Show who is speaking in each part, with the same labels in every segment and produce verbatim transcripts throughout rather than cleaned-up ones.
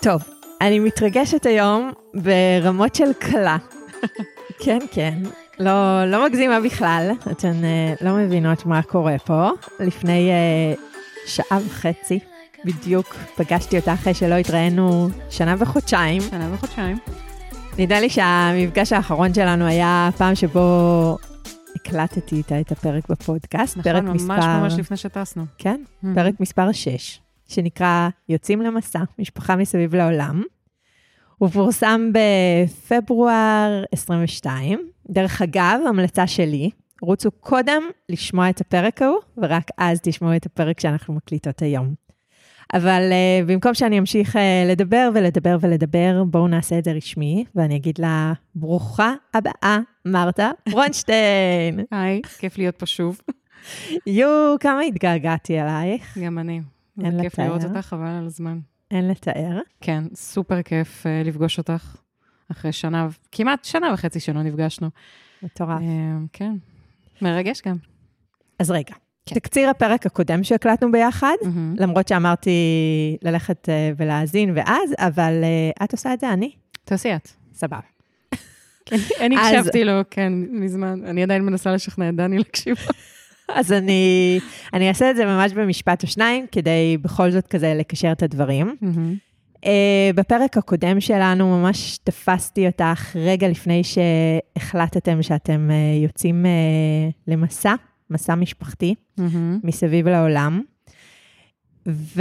Speaker 1: טוב, אני מתרגשת היום ברמות של קלה. כן, כן. לא, לא מגזימה בכלל. אתן uh, לא מבינות מה קורה פה. לפני uh, שעה וחצי, בדיוק פגשתי אותה אחרי שלא התראינו שנה וחודשיים.
Speaker 2: שנה וחודשיים.
Speaker 1: נדמה לי שהמפגש האחרון שלנו היה פעם שבו הקלטתי איתה את הפרק בפודקאסט.
Speaker 2: נכון,
Speaker 1: פרק
Speaker 2: ממש
Speaker 1: מספר...
Speaker 2: ממש לפני שטסנו.
Speaker 1: כן, mm-hmm. פרק מספר שש, שנקרא יוצאים למסע, משפחה מסביב לעולם. הוא פורסם בפברואר עשרים ושתיים. דרך אגב, המלצה שלי, רוצו קודם לשמוע את הפרק ההוא, ורק אז תשמעו את הפרק שאנחנו מקליטות היום. אבל uh, במקום שאני אמשיך uh, לדבר ולדבר ולדבר, בואו נעשה את זה רשמי, ואני אגיד לה, ברוכה הבאה, מרתה ברונשטיין.
Speaker 2: היי, כיף להיות פה שוב.
Speaker 1: יו, כמה התגעגעתי אלייך.
Speaker 2: גם אני.
Speaker 1: אין
Speaker 2: זה כיף
Speaker 1: לתאר.
Speaker 2: לראות אותך, חבל על הזמן.
Speaker 1: אין לתאר.
Speaker 2: כן, סופר כיף uh, לפגוש אותך, אחרי שנה, כמעט שנה וחצי שלא נפגשנו.
Speaker 1: מטורף.
Speaker 2: Uh, כן, מרגש גם.
Speaker 1: אז רגע. תקציר הפרק הקודם שהקלטנו ביחד, mm-hmm. למרות שאמרתי ללכת uh, ולהאזין ואז, אבל uh, את עושה את זה, אני?
Speaker 2: תעשי את.
Speaker 1: סבבה.
Speaker 2: כן, אני הקשבתי לו, כן, מזמן. אני עדיין מנסה לשכנע את דני להקשיב.
Speaker 1: אז אני, אני אעשה את זה ממש במשפט או שניים, כדי בכל זאת כזה לקשר את הדברים. Mm-hmm. Uh, בפרק הקודם שלנו ממש תפסתי אותך רגע לפני שהחלטתם שאתם uh, יוצאים uh, למסע, מסע משפחתי, mm-hmm. מסביב לעולם. וזה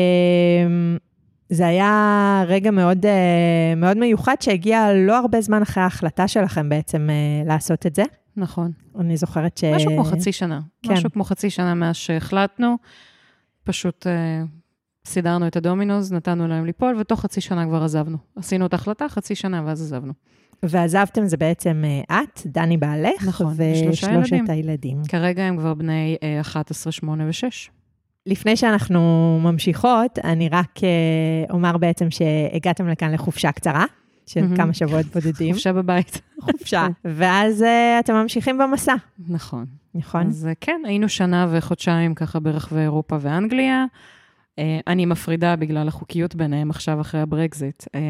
Speaker 1: היה רגע מאוד, מאוד מיוחד, שהגיע לא הרבה זמן אחרי ההחלטה שלכם בעצם לעשות את זה.
Speaker 2: נכון.
Speaker 1: אני זוכרת ש...
Speaker 2: משהו כמו חצי שנה. כן. משהו כמו חצי שנה מאז שהחלטנו, פשוט uh, סידרנו את הדומינוז, נתנו להם ליפול, ותוך חצי שנה כבר עזבנו. עשינו את ההחלטה, חצי שנה, ואז עזבנו.
Speaker 1: ועזבתם זה בעצם את, דני בעלך,
Speaker 2: נכון,
Speaker 1: ושלושת
Speaker 2: ילדים.
Speaker 1: הילדים.
Speaker 2: כרגע הם כבר בני אחת עשרה, שמונה ושש.
Speaker 1: לפני שאנחנו ממשיכות, אני רק אומר בעצם שהגעתם לכאן לחופשה קצרה, של mm-hmm. כמה שבועות בודדים.
Speaker 2: חופשה בבית.
Speaker 1: חופשה. ואז uh, אתם ממשיכים במסע.
Speaker 2: נכון.
Speaker 1: נכון.
Speaker 2: אז כן, היינו שנה וחודשיים ככה ברחבי אירופה ואנגליה. Uh, אני מפרידה בגלל החוקיות ביניהם עכשיו אחרי הברקזיט. Um,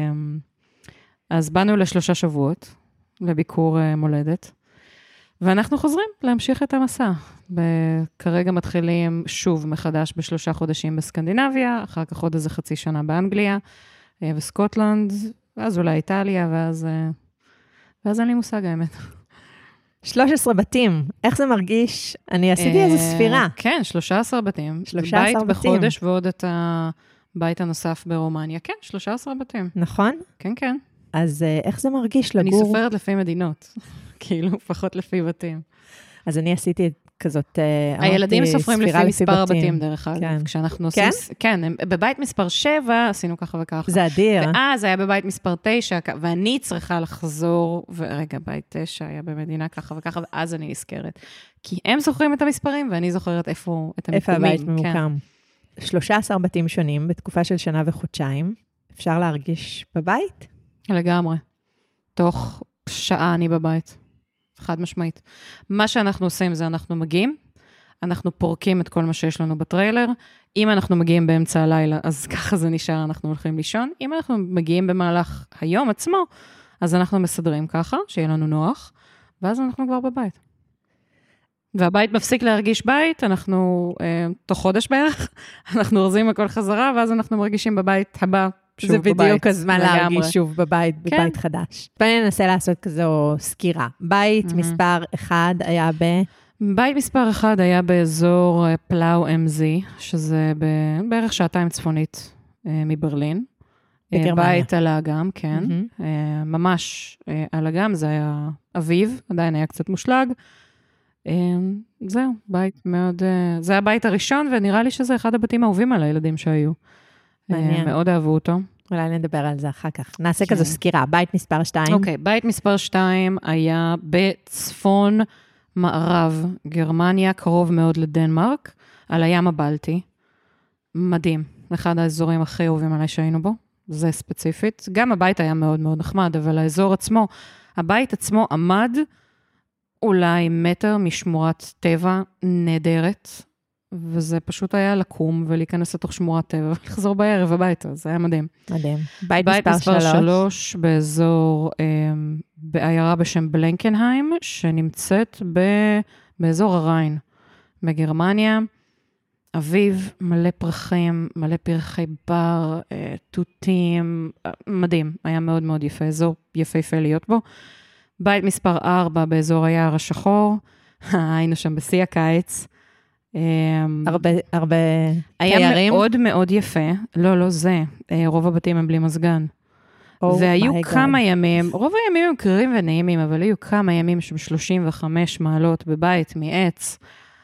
Speaker 2: אז באנו לשלושה שבועות, לביקור uh, מולדת, ואנחנו חוזרים להמשיך את המסע. כרגע מתחילים שוב מחדש בשלושה חודשים בסקנדינביה, אחר כך עוד איזה חצי שנה באנגליה, uh, וסקוטלנד, ואז אולי איטליה, ואז, uh, ואז אין לי מושג האמת.
Speaker 1: שלוש עשרה בתים, איך זה מרגיש? אני עשיתי איזו ספירה.
Speaker 2: כן, שלושה עשרה בתים.
Speaker 1: שלושה עשר
Speaker 2: בית
Speaker 1: בתים.
Speaker 2: בחודש, ועוד את הבית הנוסף ברומניה. כן, שלושה עשרה בתים.
Speaker 1: נכון?
Speaker 2: כן, כן.
Speaker 1: אז איך זה מרגיש לגור?
Speaker 2: אני סופרת לפי מדינות, כאילו, פחות לפי בתים.
Speaker 1: אז אני עשיתי כזאת,
Speaker 2: הילדים סופרים לפי מספר הבתים, דרך אגב.
Speaker 1: כן.
Speaker 2: כשאנחנו עושים... כן? כן, בבית מספר שבע עשינו ככה וככה.
Speaker 1: זה אדיר.
Speaker 2: ואז היה בבית מספר תשע, ואני צריכה לחזור, ורגע, בית תשע היה במדינה ככה וככה, ואז אני נזכרת. כי הם זוכרים את המספרים, ואני זוכרת איפה את המקומים.
Speaker 1: איפה הבית ממוקם. שלושה עשר בתים שונים, בתקופה של שנה וחודשיים. אפשר להרגיש בבית?
Speaker 2: לגמרי. תוך שעה אני בבית. חד משמעית. מה שאנחנו עושים זה אנחנו מגיעים, אנחנו פורקים את כל מה שיש לנו בטריילר, אם אנחנו מגיעים באמצע הלילה, אז ככה זה נשאר, אנחנו הולכים לישון, אם אנחנו מגיעים במהלך היום עצמו, אז אנחנו מסדרים ככה, שיהיה לנו נוח, ואז אנחנו כבר בבית. והבית מפסיק להרגיש בית, אנחנו אה, תוך חודש בערך, אנחנו אורזים הכל חזרה, ואז אנחנו מרגישים בבית הבא,
Speaker 1: זה בדיוק הזמן להרגיש שוב בבית, בבית חדש. בואי ננסה לעשות כזו סקירה. בית מספר אחד היה ב...
Speaker 2: בית מספר אחד היה באזור פלאו אם זי, שזה בערך שעתיים צפונית מברלין.
Speaker 1: בגרמניה.
Speaker 2: בית על האגם, כן. ממש על האגם, זה היה אביב, עדיין היה קצת מושלג. זהו, בית מאוד... זה היה הבית הראשון, ונראה לי שזה אחד הבתים האהובים על הילדים שהיו. מעניין. מאוד אהבו אותו.
Speaker 1: אולי נדבר על זה אחר כך. נעשה כזו סקירה. בית מספר שתיים.
Speaker 2: אוקיי, בית מספר שתיים היה בצפון מערב גרמניה, קרוב מאוד לדנמרק, על הים הבלטי. מדהים. אחד האזורים הכי אהובים עליי שהיינו בו. זה ספציפית. גם הבית היה מאוד מאוד נחמד, אבל האזור עצמו, הבית עצמו עמד אולי מטר משמורת טבע נהדרת, וזה פשוט היה לקום ולהיכנס לתוך שמורת טבע, ולחזור בערב הביתה, זה היה מדהים.
Speaker 1: מדהים. בית,
Speaker 2: בית
Speaker 1: מספר
Speaker 2: מספר
Speaker 1: שלוש.
Speaker 2: שלוש, באזור, אה, בעיירה בשם בלנקנהיים, שנמצאת ב, באזור הריין, בגרמניה. אביב, מלא פרחים, מלא פרחי בר, אה, תותים, אה, מדהים, היה מאוד מאוד יפה, אזור יפהפה להיות בו. בית מספר ארבע, באזור היער השחור, היינו שם בשיא הקיץ.
Speaker 1: הרבה, הרבה
Speaker 2: היה
Speaker 1: תיירים.
Speaker 2: מאוד מאוד יפה, לא, לא זה, רוב הבתים הם בלי מזגן.
Speaker 1: Oh
Speaker 2: והיו
Speaker 1: my
Speaker 2: כמה
Speaker 1: God.
Speaker 2: ימים, רוב הימים הם קרים ונעימים, אבל היו כמה ימים של שלושים וחמש מעלות בבית מעץ,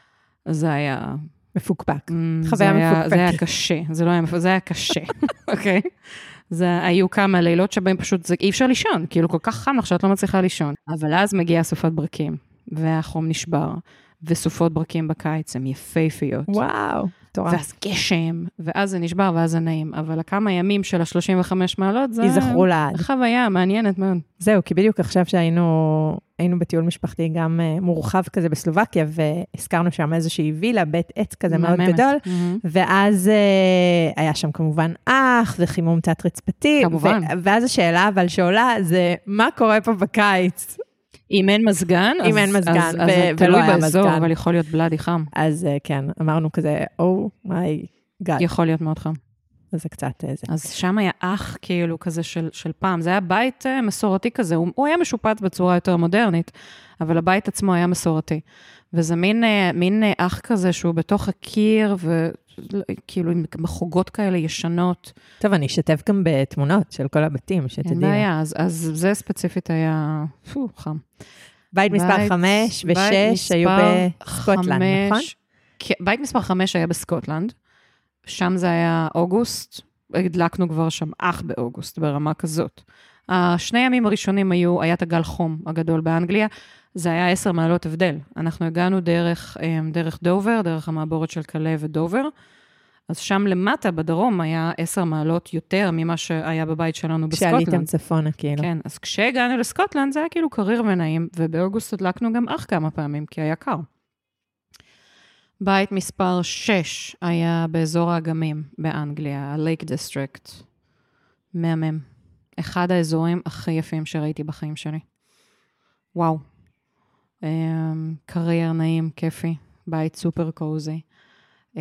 Speaker 2: זה היה...
Speaker 1: מפוקפק.
Speaker 2: Mm,
Speaker 1: חוויה
Speaker 2: זה היה,
Speaker 1: מפוקפקת.
Speaker 2: זה היה קשה, זה לא היה, זה היה קשה, אוקיי? זה היו כמה לילות שבהם פשוט זה, אי אפשר לישון, כאילו כל כך חם לך שאת לא מצליחה לישון. אבל אז מגיעה סופת ברקים, והחום נשבר, וסופות ברקים בקיץ הן יפהפיות.
Speaker 1: וואו, תורה.
Speaker 2: ואז גשם, ואז זה נשבר, ואז זה נעים. אבל הכמה ימים של ה-שלושים וחמש מעלות, זה...
Speaker 1: יזכרו לעד.
Speaker 2: חוויה מעניינת מאוד.
Speaker 1: זהו, כי בדיוק עכשיו שהיינו היינו בטיול משפחתי גם uh, מורחב כזה בסלובקיה, והזכרנו שם איזושהי וילה, בית עץ כזה מאוד
Speaker 2: מהממת.
Speaker 1: גדול,
Speaker 2: Mm-hmm.
Speaker 1: ואז uh, היה שם כמובן אח, וחימום תת רצפתי,
Speaker 2: כמובן.
Speaker 1: ו- ואז השאלה אבל שעולה, זה מה קורה פה בקיץ?
Speaker 2: אם אין מזגן,
Speaker 1: אם
Speaker 2: אז,
Speaker 1: אין מזגן,
Speaker 2: אז,
Speaker 1: ו-
Speaker 2: אז זה
Speaker 1: ולא
Speaker 2: תלוי
Speaker 1: היה
Speaker 2: באזור,
Speaker 1: מזגן.
Speaker 2: אבל יכול להיות בלאדי חם.
Speaker 1: אז uh, כן, אמרנו כזה, או, מיי גאד.
Speaker 2: יכול להיות מאוד חם.
Speaker 1: אז זה קצת איזה.
Speaker 2: אז שם היה אח כאילו כזה של, של פעם, זה היה בית uh, מסורתי כזה, הוא, הוא היה משופץ בצורה יותר מודרנית, אבל הבית עצמו היה מסורתי. וזה מין, uh, מין uh, אח כזה שהוא בתוך הקיר, וכאילו עם מחוגות כאלה ישנות.
Speaker 1: טוב, אני אשתף גם בתמונות של כל הבתים, שתדעי.
Speaker 2: אין בעיה, אז, אז זה ספציפית היה, פו, חם.
Speaker 1: בית מספר
Speaker 2: בית-
Speaker 1: חמש
Speaker 2: בית
Speaker 1: ושש היו
Speaker 2: מספר
Speaker 1: בסקוטלנד,
Speaker 2: חמש-
Speaker 1: נכון?
Speaker 2: כן, בית מספר חמש היה בסקוטלנד, שם זה היה אוגוסט, הדלקנו כבר שם אח באוגוסט, ברמה כזאת. השני ימים הראשונים היו, היה את הגל חום הגדול באנגליה, זה היה עשר מעלות הבדל. אנחנו הגענו דרך, דרך דובר, דרך המעבורת של קלה ודובר, אז שם למטה בדרום היה עשר מעלות יותר ממה שהיה בבית שלנו בסקוטלנד.
Speaker 1: כשעליתם צפונה, כאילו.
Speaker 2: כן, אז כשהגענו לסקוטלנד זה היה כאילו קריר ונעים, ובאוגוסט הדלקנו גם אח כמה פעמים, כי היה קר. בית מספר שש היה באזור האגמים באנגליה, ה-Lake District. מהמם. אחד האזורים הכי יפים שראיתי בחיים שלי. וואו. Um, קרייר נעים, כיפי, בית סופר קוזי. Um,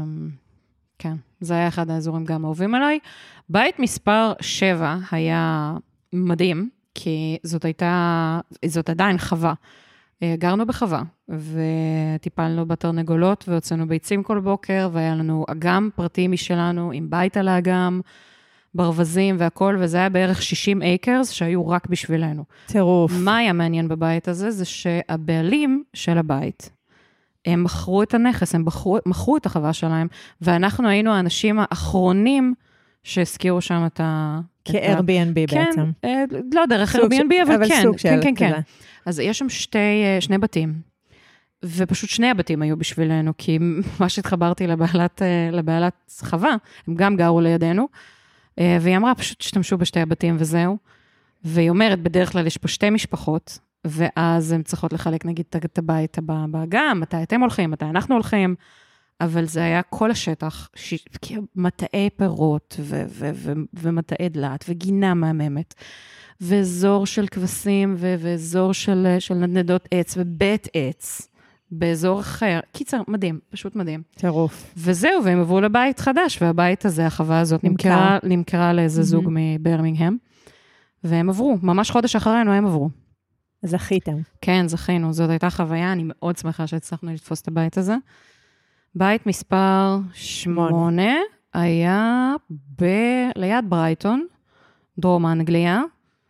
Speaker 2: כן, זה היה אחד האזורים גם אהובים עליי. בית מספר שבע היה מדהים, כי זאת הייתה, זאת עדיין חווה. גרנו בחווה, וטיפלנו בתרנגולות, והוצאנו ביצים כל בוקר, והיה לנו אגם פרטי משלנו, עם בית על האגם, ברווזים והכל, וזה היה בערך שישים אייקרס, שהיו רק בשבילנו.
Speaker 1: טירוף.
Speaker 2: מה היה מעניין בבית הזה? זה שהבעלים של הבית, הם מכרו את הנכס, הם מכרו, מכרו את החווה שלהם, ואנחנו היינו האנשים האחרונים שהזכירו שם את ה...
Speaker 1: כ-Airbnb בעצם.
Speaker 2: כן, לא דרך Airbnb, אבל כן.
Speaker 1: סוג של
Speaker 2: כן, כן, כן.
Speaker 1: כזה.
Speaker 2: אז יש שם שתי, שני בתים, ופשוט שני הבתים היו בשבילנו, כי מה שהתחברתי לבעלת, לבעלת חווה, הם גם גרו לידינו, והיא אמרה, פשוט תשתמשו בשתי הבתים וזהו, והיא אומרת, בדרך כלל יש פה שתי משפחות, ואז הן צריכות לחלק נגיד את הבית באגם, מתי אתם הולכים, מתי אנחנו הולכים, אבל זה היה כל השטח, ש... מטעי פירות ו- ו- ו- ומטעי דלת וגינה מהממת, ואזור של כבשים ו- ואזור של, של נדנדות עץ ובית עץ, באזור אחר. קיצר, מדהים, פשוט מדהים.
Speaker 1: טירוף.
Speaker 2: וזהו, והם עברו לבית חדש, והבית הזה, החווה הזאת, נמכרה, נמכרה לאיזה זוג מברמינגהם, והם עברו, ממש חודש אחרינו הם עברו.
Speaker 1: זכיתם.
Speaker 2: כן, זכינו, זאת הייתה חוויה, אני מאוד שמחה שהצלחנו לתפוס את הבית הזה. בית מספר שמונה היה ב- ליד ברייטון, דרום אנגליה,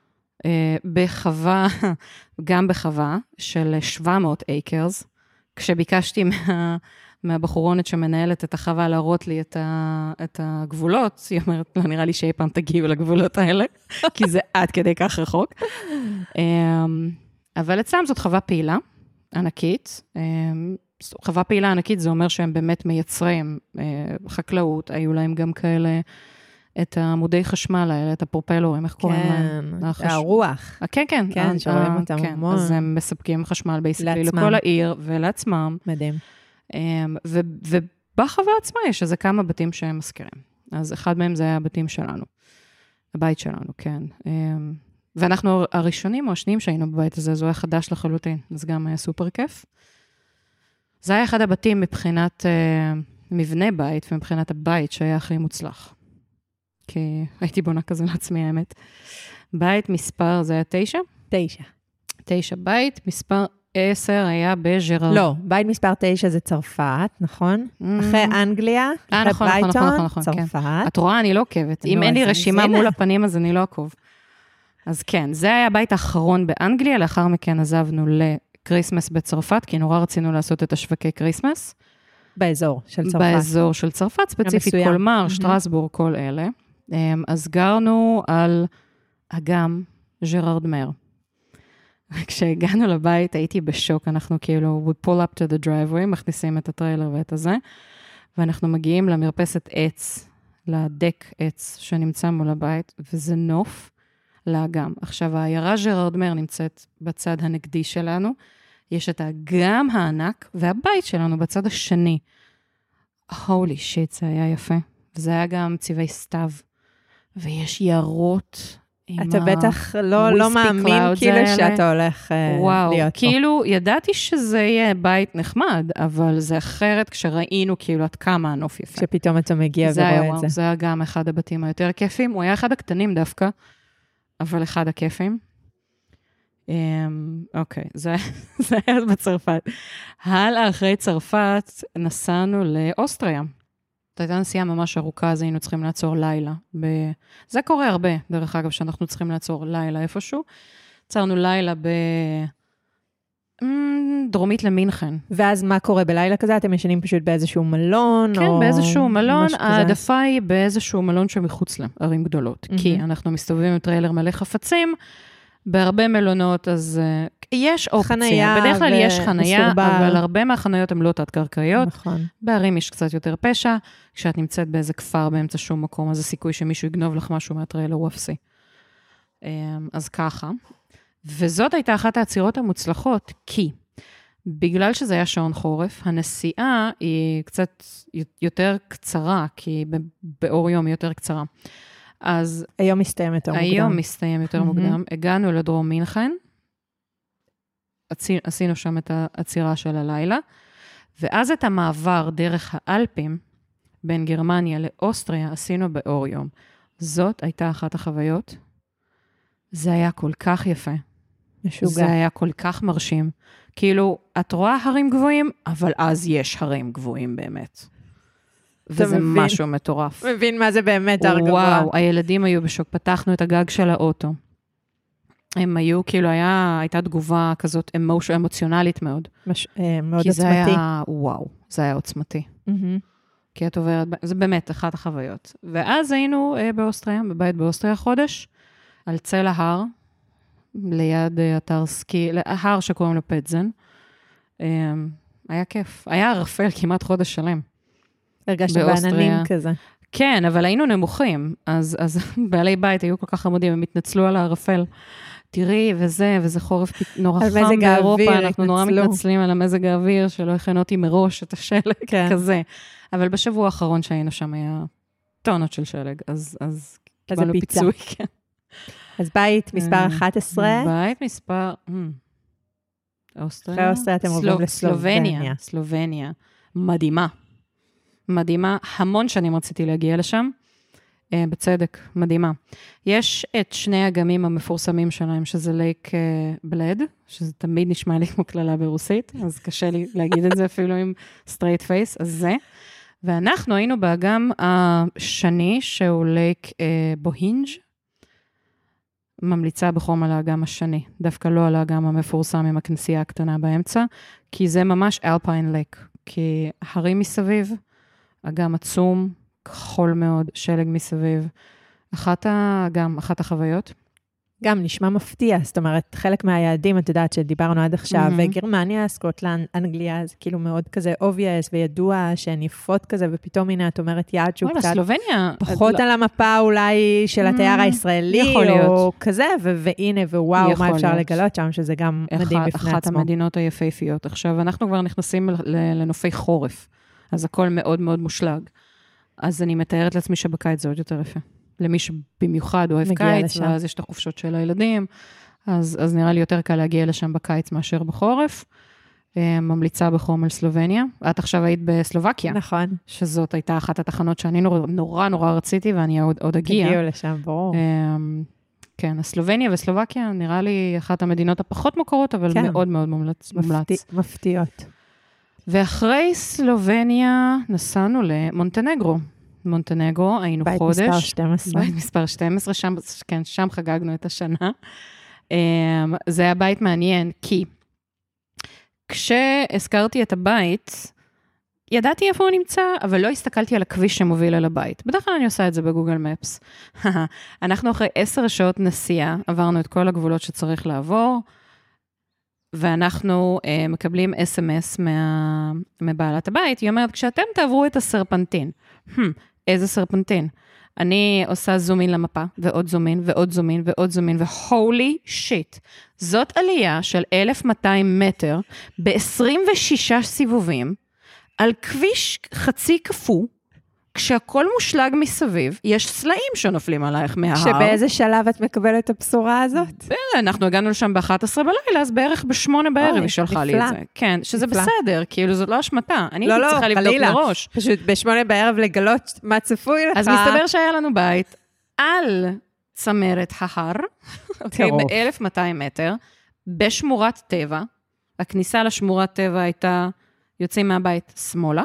Speaker 2: בחווה, גם בחווה של שבע מאות אייקרס, כשביקשתי מה, מהבחורונת שמנהלת את החווה להראות לי את, ה, את הגבולות, היא אומרת, לא נראה לי שאי פעם תגיעו לגבולות האלה, כי זה עד כדי כך רחוק. אבל אצלם זאת חווה פעילה, ענקית, חווה פעילה ענקית, זה אומר שהם באמת מייצרים חקלאות, היו להם גם כאלה, את העמודי חשמל האלה, את הפרופלורים, איך קוראים להם?
Speaker 1: כן, הרוח.
Speaker 2: כן, כן.
Speaker 1: כן, שרואים אותם
Speaker 2: המון. אז הם מספקים חשמל בעסקי לכל העיר ולעצמם.
Speaker 1: מדהים.
Speaker 2: ובחווה עצמה יש איזה כמה בתים שהם מזכירים. אז אחד מהם זה היה הבתים שלנו, הבית שלנו, כן. ואנחנו הראשונים או השניים שהיינו בבית הזה, זה היה חדש לחלוטין, אז גם היה סופר כיף. זה היה אחד הבתים מבחינת מבנה בית, ומבחינת הבית שהיה הכי מוצלח. כי הייתי בונה כזה לעצמי, האמת. בית מספר, זה היה תשע?
Speaker 1: תשע.
Speaker 2: תשע בית, מספר עשר היה בז'רארד.
Speaker 1: לא, בית מספר תשע זה צרפת, נכון? אחרי אנגליה, אחרי ברייטון, צרפת.
Speaker 2: את רואה, אני לא עוקבת. אם אין לי רשימה מול הפנים, אז אני לא עקוב. אז כן, זה היה הבית האחרון באנגליה, לאחר מכן עזבנו לקריסמס בצרפת, כי נורא רצינו לעשות את השווקי קריסמס.
Speaker 1: באזור של צרפת.
Speaker 2: באזור של צרפת, ספציפית קולמר, שטרסבורג, כל אלה. אז גרנו על אגם ז'רארד מר. וכשהגענו לבית, הייתי בשוק, אנחנו כאילו, we pull up to the driveway, מכניסים את הטריילר ואת הזה, ואנחנו מגיעים למרפסת עץ, לדק עץ שנמצא מול הבית, וזה נוף לאגם. עכשיו, העיירה ז'רארד מר נמצאת בצד הנגדי שלנו, יש את האגם הענק, והבית שלנו בצד השני. הולי שיט, זה היה יפה. וזה היה גם צבעי סתיו, ויש יערות,
Speaker 1: אתה בטח לא, לא מאמין כאילו שאתה הולך
Speaker 2: וואו,
Speaker 1: להיות
Speaker 2: פה. כאילו, ידעתי שזה יהיה בית נחמד, אבל זה אחרת כשראינו כאילו עד כמה הנוף יפה.
Speaker 1: שפתאום אתה מגיע ורואה
Speaker 2: היה,
Speaker 1: את
Speaker 2: וואו,
Speaker 1: זה.
Speaker 2: זה היה גם אחד הבתים היותר כיפים, הוא היה אחד הקטנים דווקא, אבל אחד הכיפים. אוקיי, זה, זה היה בצרפת. הלאה אחרי צרפת, נסענו לאוסטריה. זו הייתה נסיעה ממש ארוכה, אז היינו צריכים לעצור לילה. ב... זה קורה הרבה, דרך אגב, שאנחנו צריכים לעצור לילה איפשהו. עצרנו לילה בדרומית למינכן.
Speaker 1: ואז מה קורה בלילה כזה? אתם ישנים פשוט באיזשהו מלון?
Speaker 2: כן,
Speaker 1: או...
Speaker 2: באיזשהו מלון. העדפה היא באיזשהו מלון שמחוץ לערים גדולות. Mm-hmm. כי אנחנו מסתובבים עם טריילר מלא חפצים, בהרבה מלונות, אז uh, יש אופציה. חנייה בדרך כלל יש חנייה, מסורבל. אבל הרבה מהחניות הן לא תת-קרקעיות. נכון. בערים יש קצת יותר פשע, כשאת נמצאת באיזה כפר באמצע שום מקום, אז הסיכוי שמישהו יגנוב לך משהו מהטריילר הוא אפסי. Um, אז ככה. וזאת הייתה אחת העצירות המוצלחות, כי בגלל שזה היה שעון חורף, הנסיעה היא קצת יותר קצרה, כי באור יום היא יותר קצרה. אז
Speaker 1: היום מסתיים יותר מוקדם.
Speaker 2: היום מסתיים יותר מוקדם. הגענו לדרום מינכן, עשינו שם את העצירה של הלילה, ואז את המעבר דרך האלפים, בין גרמניה לאוסטריה, עשינו באור יום. זאת הייתה אחת החוויות. זה היה כל כך יפה.
Speaker 1: משוגע.
Speaker 2: זה היה כל כך מרשים. כאילו, את רואה הרים גבוהים, אבל אז יש הרים גבוהים באמת. וזה מבין, משהו מטורף.
Speaker 1: מבין מה זה באמת הר גבוה.
Speaker 2: וואו, הילדים היו בשוק, פתחנו את הגג של האוטו. הם היו, כאילו, היה, הייתה תגובה כזאת אמוש, אמוציונלית מאוד.
Speaker 1: מש, אה, מאוד
Speaker 2: כי
Speaker 1: עוצמתי.
Speaker 2: כי זה היה, וואו, זה היה עוצמתי. Mm-hmm. כי את עוברת, זה באמת אחת החוויות. ואז היינו אה, באוסטריה, בבית באוסטריה חודש, על צל ההר, ליד אה, אתר סקי, ההר שקוראים לו פטזן. אה, היה כיף. היה רפל כמעט חודש שלם.
Speaker 1: הרגשת בעננים כזה.
Speaker 2: כן, אבל היינו נמוכים, אז, אז בעלי בית היו כל כך חמודים, הם התנצלו על הערפל. תראי, וזה, וזה חורף נורא חם באירופה, אנחנו נורא מתנצלים על המזג האוויר, שלא הכנו אותי מראש את השלג כן. כזה. אבל בשבוע האחרון שהיינו שם היה טונות של שלג, אז, אז קיבלנו פיצוי. כן.
Speaker 1: אז בית מספר אחת עשרה.
Speaker 2: בית מספר... אוסטריה.
Speaker 1: אחרי אוסטריה אתם עוברים לסלובניה.
Speaker 2: סלובניה. מדהימה. מדהימה, המון שנים רציתי להגיע לשם, אה, בצדק, מדהימה. יש את שני הגמים המפורסמים שלהם, שזה לייק אה, בלד, שזה תמיד נשמע לי כמו כללה ברוסית, אז קשה לי להגיד את זה אפילו עם סטרייט פייס, אז זה. ואנחנו היינו באגם השני, שהוא לייק אה, בוהינג', ממליצה בחום על האגם השני, דווקא לא על האגם המפורסם עם הכנסייה הקטנה באמצע, כי זה ממש אלפיין לייק, כי הרים מסביב, אגם עצום, כחול מאוד, שלג מסביב. אחת, גם אחת החוויות.
Speaker 1: גם נשמע מפתיע, זאת אומרת, חלק מהיעדים, את יודעת שדיברנו עד עכשיו, mm-hmm. גרמניה, סקוטלנד, אנגליה, זה כאילו מאוד כזה obvious וידוע, שהן יפות כזה, ופתאום הנה את אומרת יעד שהוא קצת
Speaker 2: סלובניה,
Speaker 1: פחות על המפה אולי של התייר הישראלי, או כזה, והנה, ווואו, מה אפשר לגלות שם, שזה גם מדהים בפני עצמו.
Speaker 2: אחת המדינות היפהפיות. עכשיו, אנחנו כבר נכנסים לנופי חורף, אז הכל מאוד מאוד מושלג. אז אני מתארת לעצמי שבקיץ זה עוד יותר יפה. למי שבמיוחד אוהב קיץ, לשם. ואז יש את החופשות של הילדים, אז, אז נראה לי יותר קל להגיע לשם בקיץ מאשר בחורף. ממליצה בחום על סלובניה. את עכשיו היית בסלובקיה.
Speaker 1: נכון.
Speaker 2: שזאת הייתה אחת התחנות שאני נורא נורא, נורא רציתי, ואני עוד, עוד אגיע.
Speaker 1: תגיעו לשם, ברור.
Speaker 2: כן, הסלובניה וסלובקיה נראה לי אחת המדינות הפחות מוכרות, אבל כן. מאוד מאוד מומלץ.
Speaker 1: מפתיע, מפתיעות.
Speaker 2: ואחרי סלובניה נסענו למונטנגרו. מונטנגרו, היינו
Speaker 1: בית
Speaker 2: חודש.
Speaker 1: בית מספר שתים עשרה.
Speaker 2: בית מספר שתים עשרה, שם, כן, שם חגגנו את השנה. זה היה בית מעניין, כי כשהזכרתי את הבית, ידעתי איפה הוא נמצא, אבל לא הסתכלתי על הכביש שמוביל אל הבית. בדרך כלל אני עושה את זה בגוגל מפס. אנחנו אחרי עשר שעות נסיעה, עברנו את כל הגבולות שצריך לעבור, ואנחנו uh, מקבלים אס אם אס מה, מבעלת הבית, היא אומרת, כשאתם תעברו את הסרפנטין, hmm, איזה סרפנטין? אני עושה זומין למפה, ועוד זומין, ועוד זומין, ועוד זומין, והולי שיט. זאת עלייה של אלף מאתיים מטר, ב-עשרים ושישה סיבובים, על כביש חצי כפו, כשהכל מושלג מסביב, יש סלעים שנופלים עלייך מההר.
Speaker 1: שבאיזה שלב את מקבלת את הבשורה הזאת?
Speaker 2: אנחנו הגענו לשם ב-אחת עשרה בלילה, אז בערך ב-שמונה בערב היא שלחה לי את זה. כן, שזה בסדר, כאילו זאת לא השמטה. אני הייתי צריכה לבדוק מראש.
Speaker 1: פשוט ב-שמונה בערב לגלות מה צפוי לך.
Speaker 2: אז מסתבר שהיה לנו בית על צמרת ההר, ב-אלף מאתיים מטר, בשמורת טבע. הכניסה לשמורת טבע הייתה יוצאים מהבית שמאלה.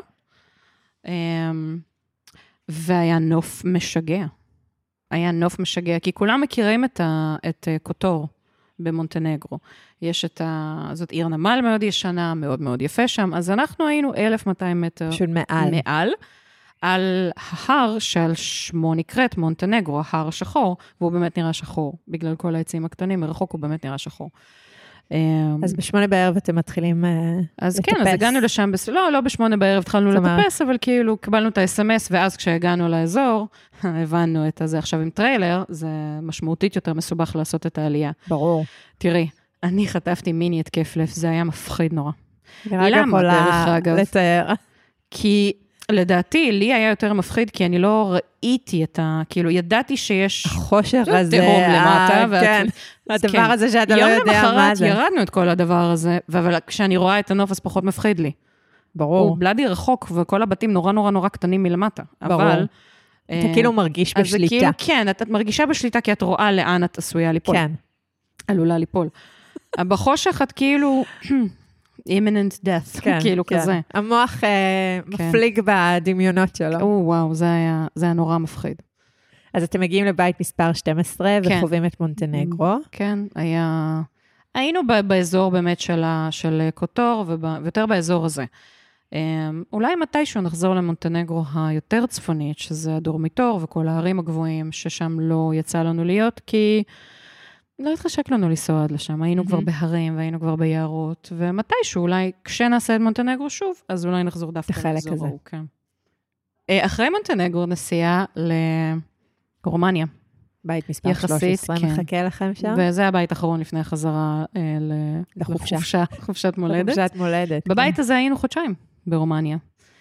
Speaker 2: והיה נוף משגע. היה נוף משגע, כי כולם מכירים את, ה, את קוטור במונטנגרו. יש את ה... זאת עיר נמל מאוד ישנה, מאוד מאוד יפה שם, אז אנחנו היינו אלף מאתיים מטר
Speaker 1: פשוט מעל.
Speaker 2: מעל, על ההר שעל שמו נקראת מונטנגרו, ההר השחור, והוא באמת נראה שחור, בגלל כל העצים הקטנים, מרחוק הוא באמת נראה שחור.
Speaker 1: אז בשמונה בערב אתם מתחילים לטפס.
Speaker 2: אז כן, אז הגענו לשם, לא, לא בשמונה בערב התחלנו לטפס, אבל כאילו קיבלנו את ה-אס אם אס, ואז כשהגענו לאזור, הבנו את זה עכשיו עם טריילר, זה משמעותית יותר מסובך לעשות את העלייה.
Speaker 1: ברור.
Speaker 2: תראי, אני חטפתי מיני התקף לב, זה היה מפחיד נורא.
Speaker 1: למה, דרך אגב? לתאר.
Speaker 2: כי לדעתי, לי היה יותר מפחיד, כי אני לא ראיתי את ה... כאילו, ידעתי שיש...
Speaker 1: החושר הזה.
Speaker 2: תהום למטה.
Speaker 1: כן, הדבר הזה שאתה לא יודע מה זה.
Speaker 2: יום למחרת ירדנו את כל הדבר הזה, אבל כשאני רואה את הנוף, אז פחות מפחיד לי.
Speaker 1: ברור.
Speaker 2: הוא בלדי רחוק, וכל הבתים נורא נורא נורא קטנים מלמטה.
Speaker 1: ברור. אתה כאילו מרגיש בשליטה.
Speaker 2: כן, את מרגישה בשליטה, כי את רואה לאן את עשויה ליפול.
Speaker 1: כן.
Speaker 2: עלולה ליפול. בחושך את כאילו... imminent death, כן, כאילו כן. כזה.
Speaker 1: המוח uh, כן. מפליג בדמיונות שלו.
Speaker 2: או, וואו, זה היה, זה היה נורא מפחיד.
Speaker 1: אז אתם מגיעים לבית מספר שתים עשרה, כן. וחווים את מונטנגרו.
Speaker 2: כן, היה... היינו באזור באמת של, של קוטור, ויותר באזור הזה. אולי מתישהו נחזור למונטנגרו היותר צפונית, שזה הדורמיטור וכל הערים הגבוהים, ששם לא יצא לנו להיות, כי... לא התחשק לנו לנסוע עד לשם, היינו mm-hmm. כבר בהרים, והיינו כבר ביערות, ומתישהו, אולי כשנעשה את מונטנגרו שוב, אז אולי נחזור דווקא לאזור. כן. אחרי מונטנגרו נסיעה לרומניה.
Speaker 1: בית מספר שלוש עשרה, כן. מחכה לכם שם?
Speaker 2: וזה הבית האחרון לפני החזרה אה,
Speaker 1: לחופשה.
Speaker 2: לחופשה, חופשת מולדת.
Speaker 1: חופשת מולדת.
Speaker 2: בבית
Speaker 1: כן.
Speaker 2: הזה היינו חודשיים ברומניה.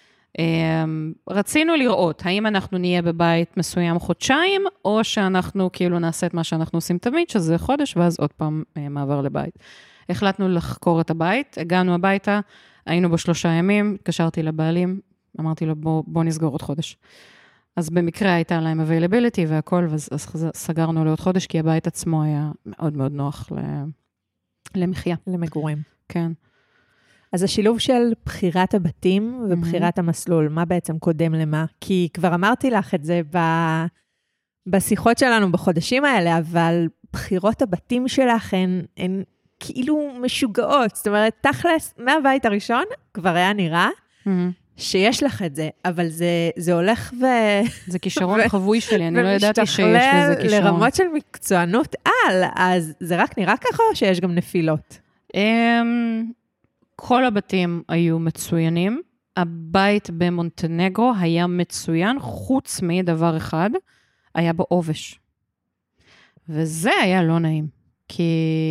Speaker 2: רצינו לראות, האם אנחנו נהיה בבית מסוים חודשיים, או שאנחנו כאילו נעשה את מה שאנחנו עושים תמיד, שזה חודש, ואז עוד פעם מעבר לבית. החלטנו לחקור את הבית, הגענו הביתה, היינו בו שלושה ימים, התקשרתי לבעלים, אמרתי לו, בוא, בוא נסגור עוד חודש. אז במקרה הייתה להם availability והכל, ואז סגרנו לעוד חודש, כי הבית עצמו היה מאוד מאוד נוח למחיה.
Speaker 1: למגורים.
Speaker 2: כן.
Speaker 1: אז השילוב של בחירת הבתים ובחירת המסלול, מה בעצם קודם למה? כי כבר אמרתי לך את זה ב... בשיחות שלנו בחודשים האלה, אבל בחירות הבתים שלך הן, הן כאילו משוגעות. זאת אומרת, תכלס, מהבית הראשון כבר היה נראה, שיש לך את זה, אבל זה, זה הולך ו...
Speaker 2: זה כישרון חבוי שלי, אני לא ידעתי שיש לזה כישרון.
Speaker 1: לרמות של מקצוענות על, אז זה רק נראה ככה או שיש גם נפילות?
Speaker 2: כל הבתים היו מצוינים, הבית במונטנגרו היה מצוין, חוץ מדבר אחד, היה בו עובש. וזה היה לא נעים, כי...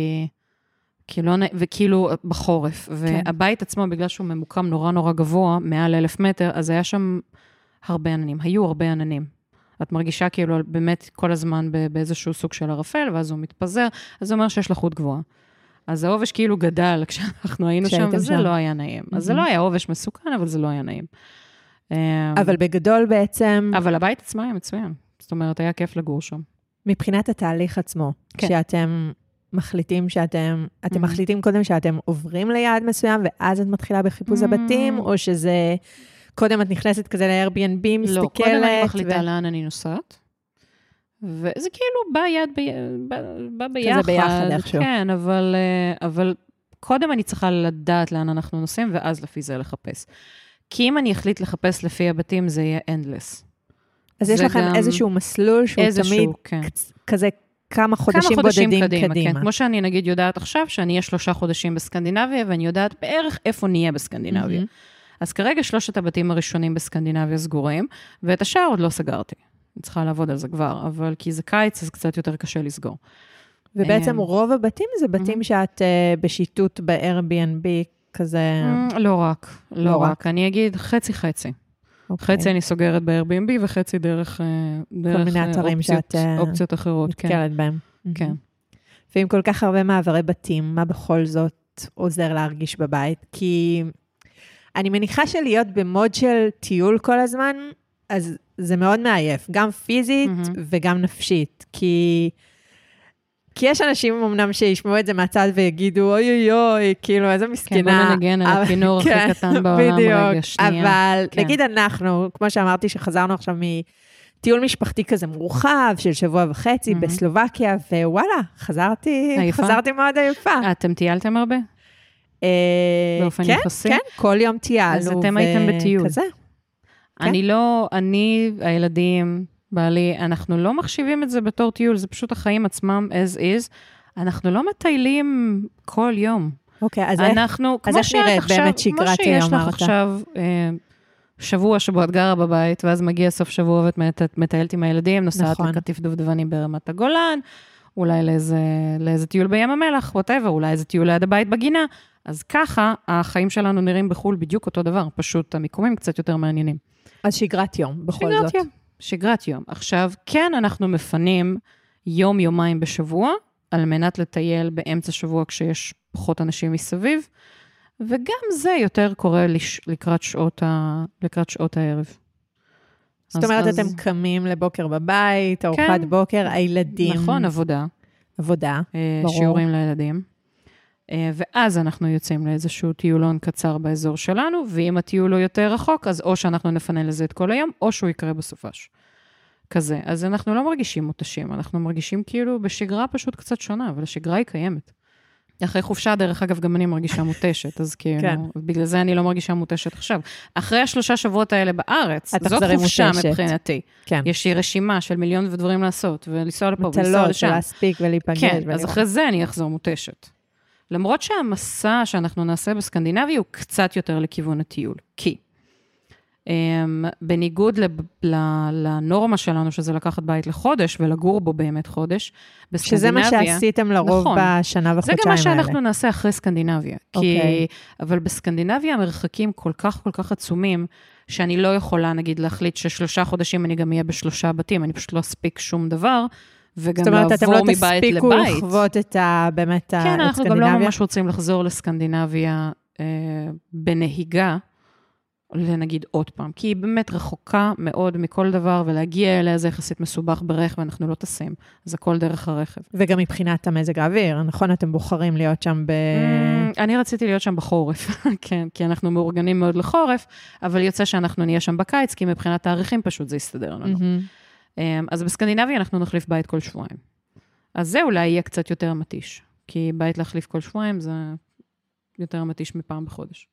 Speaker 2: כי לא נעים, וכאילו בחורף, כן. והבית עצמו, בגלל שהוא ממוקם נורא נורא גבוה, מעל אלף מטר, אז היה שם הרבה עננים, היו הרבה עננים. את מרגישה כאילו באמת כל הזמן באיזשהו סוג של ערפל, ואז הוא מתפזר, אז זה אומר שיש לחות גבוהה. אז העובש כאילו גדל כשאנחנו היינו שם, וזה שם. לא היה נעים. Mm-hmm. אז זה לא היה עובש מסוכן, אבל זה לא היה נעים.
Speaker 1: אבל בגדול בעצם...
Speaker 2: אבל הבית עצמו היה מצוין. זאת אומרת, היה כיף לגור שם.
Speaker 1: מבחינת התהליך עצמו, כן. כשאתם מחליטים שאתם, אתם mm-hmm. מחליטים קודם שאתם עוברים ליעד מסוים, ואז את מתחילה בחיפוש mm-hmm. הבתים, או שזה... קודם את נכנסת כזה ל-Airbnb, מסתכלת...
Speaker 2: לא, קודם אני מחליטה ו... לאן אני נוסעת. וזה כאילו בא יד ב... בא ביחד.
Speaker 1: כזה ביחד איכשהו.
Speaker 2: כן, אבל, אבל קודם אני צריכה לדעת לאן אנחנו נוסעים, ואז לפי זה לחפש. כי אם אני אחליט לחפש לפי הבתים, זה יהיה endless.
Speaker 1: אז יש לכם גם... איזשהו מסלול שהוא איזשהו, תמיד כן. כזה כמה חודשים, כמה חודשים בודדים קדימה. קדימה.
Speaker 2: כן. כמו שאני נגיד יודעת עכשיו, שאני אהיה שלושה חודשים בסקנדינביה, ואני יודעת בערך איפה נהיה בסקנדינביה. Mm-hmm. אז כרגע שלושת הבתים הראשונים בסקנדינביה סגורים, ואת השאר עוד לא סגרתי. אני צריכה לעבוד על זה כבר, אבל כי זה קיץ, אז קצת יותר קשה לסגור.
Speaker 1: ובעצם רוב הבתים זה בתים שאת בשיטוט ב-Airbnb כזה...
Speaker 2: לא רק, לא רק. אני אגיד חצי-חצי. חצי אני סוגרת ב-Airbnb, וחצי דרך אופציות אחרות.
Speaker 1: מתקלת בהם.
Speaker 2: כן.
Speaker 1: ועם כל כך הרבה מעברי בתים, מה בכל זאת עוזר להרגיש בבית? כי אני מניחה שלהיות במוד של טיול כל הזמן, אז זה מאוד מעייף, גם פיזית mm-hmm. וגם נפשית, כי, כי יש אנשים אמנם שישמעו את זה מהצד ויגידו, אוי אוי אוי, כאילו איזה מסכנה.
Speaker 2: כן, בוא ננגן על הכינור הכי קטן בעולם רגע שנייה.
Speaker 1: אבל כן. נגיד אנחנו, כמו שאמרתי שחזרנו עכשיו מטיול משפחתי כזה מורחב, של שבוע וחצי mm-hmm. בסלובקיה, ווואלה, חזרתי, חזרתי מאוד עייפה.
Speaker 2: אתם טיילתם הרבה? באופן
Speaker 1: כן,
Speaker 2: יחסי?
Speaker 1: כן, כל יום טיילנו.
Speaker 2: אז אתם הייתם בטיול.
Speaker 1: כזה.
Speaker 2: אני לא, אני, הילדים, בעלי, אנחנו לא מחשיבים את זה בתור טיול, זה פשוט החיים עצמם as is. אנחנו לא מטיילים כל יום.
Speaker 1: אוקיי, אז
Speaker 2: אנחנו,
Speaker 1: איך נראית באמת שגרת היום?
Speaker 2: כמו שיש לך עכשיו שבוע שבו את גרה בבית, ואז מגיע סוף שבוע ואת מטיילת עם הילדים, נוסעת לקטיף דובדבנים ברמת הגולן, אולי לאיזה, לאיזה טיול בים המלח, whatever, אולי איזה טיול ליד הבית בגינה. אז ככה, החיים שלנו נראים בחול בדיוק אותו דבר, פשוט המיקומים קצת יותר מעניינים.
Speaker 1: אז שגרת יום, בכל
Speaker 2: שגרת
Speaker 1: זאת.
Speaker 2: יום, שגרת יום. עכשיו, כן, אנחנו מפנים יום, יומיים בשבוע, על מנת לטייל באמצע שבוע כשיש פחות אנשים מסביב, וגם זה יותר קורה לש... לקראת, שעות ה... לקראת שעות הערב.
Speaker 1: זאת אומרת, אז... אתם קמים לבוקר בבית, ארוחת כן. בוקר, הילדים.
Speaker 2: נכון, עבודה.
Speaker 1: עבודה,
Speaker 2: אה, ברור. שיעורים לילדים. ואז אנחנו יוצאים לאיזשהו טיולון קצר באזור שלנו, ואם הטיול הוא יותר רחוק, אז או שאנחנו נפנה לזה את כל היום, או שהוא יקרה בסופש. כזה. אז אנחנו לא מרגישים מותשים, אנחנו מרגישים כאילו בשגרה פשוט קצת שונה, אבל השגרה היא קיימת. אחרי חופשה, דרך אגב, גם אני מרגישה מותשת, אז כאילו, כן. בגלל זה אני לא מרגישה מותשת עכשיו. אחרי השלושה שבועות האלה בארץ, זאת חופשה מותשת. מבחינתי. כן. יש לי רשימה של מיליון ודברים לעשות, ולנסוע לפה ולנסוע לשם.
Speaker 1: ולהספיק ולהיפגש.
Speaker 2: כן, אז אחרי זה אני אחזור מותשת. למרות שהמסע שאנחנו נעשה בסקנדינביה הוא קצת יותר לכיוון הטיול. כי um, בניגוד לב, לנורמה שלנו, שזה לקחת בית לחודש, ולגור בו באמת חודש, בסקנדינביה...
Speaker 1: שזה מה שעשיתם לרוב נכון, בשנה וחודשיים האלה.
Speaker 2: זה גם מה שאנחנו האלה. נעשה אחרי סקנדינביה. Okay. כי, אבל בסקנדינביה המרחקים כל כך כל כך עצומים, שאני לא יכולה, נגיד, להחליט ששלושה חודשים אני גם אהיה בשלושה בתים, אני פשוט לא אספיק שום דבר, וגם לעבור מבית לבית. זאת אומרת, אתם לא תספיקו
Speaker 1: לחוות את ה, באמת
Speaker 2: כן, את אנחנו גם לא ממש רוצים לחזור לסקנדינביה אה, בנהיגה, לנגיד עוד פעם, כי היא באמת רחוקה מאוד מכל דבר, ולהגיע אליה זה יחסית מסובך ברכב, ואנחנו לא טסים, אז הכל דרך הרכב.
Speaker 1: וגם מבחינת המזג האוויר, נכון? אתם בוחרים להיות שם ב...
Speaker 2: אני רציתי להיות שם בחורף, כן, כי אנחנו מאורגנים מאוד לחורף, אבל יוצא שאנחנו נהיה שם בקיץ, כי מבחינת תאריכים פשוט זה יסתדר לנו. אז בסקנדינביה אנחנו נחליף בית כל שבועיים. אז זה אולי יהיה קצת יותר מתיש, כי בית להחליף כל שבועיים זה יותר מתיש מפעם בחודש.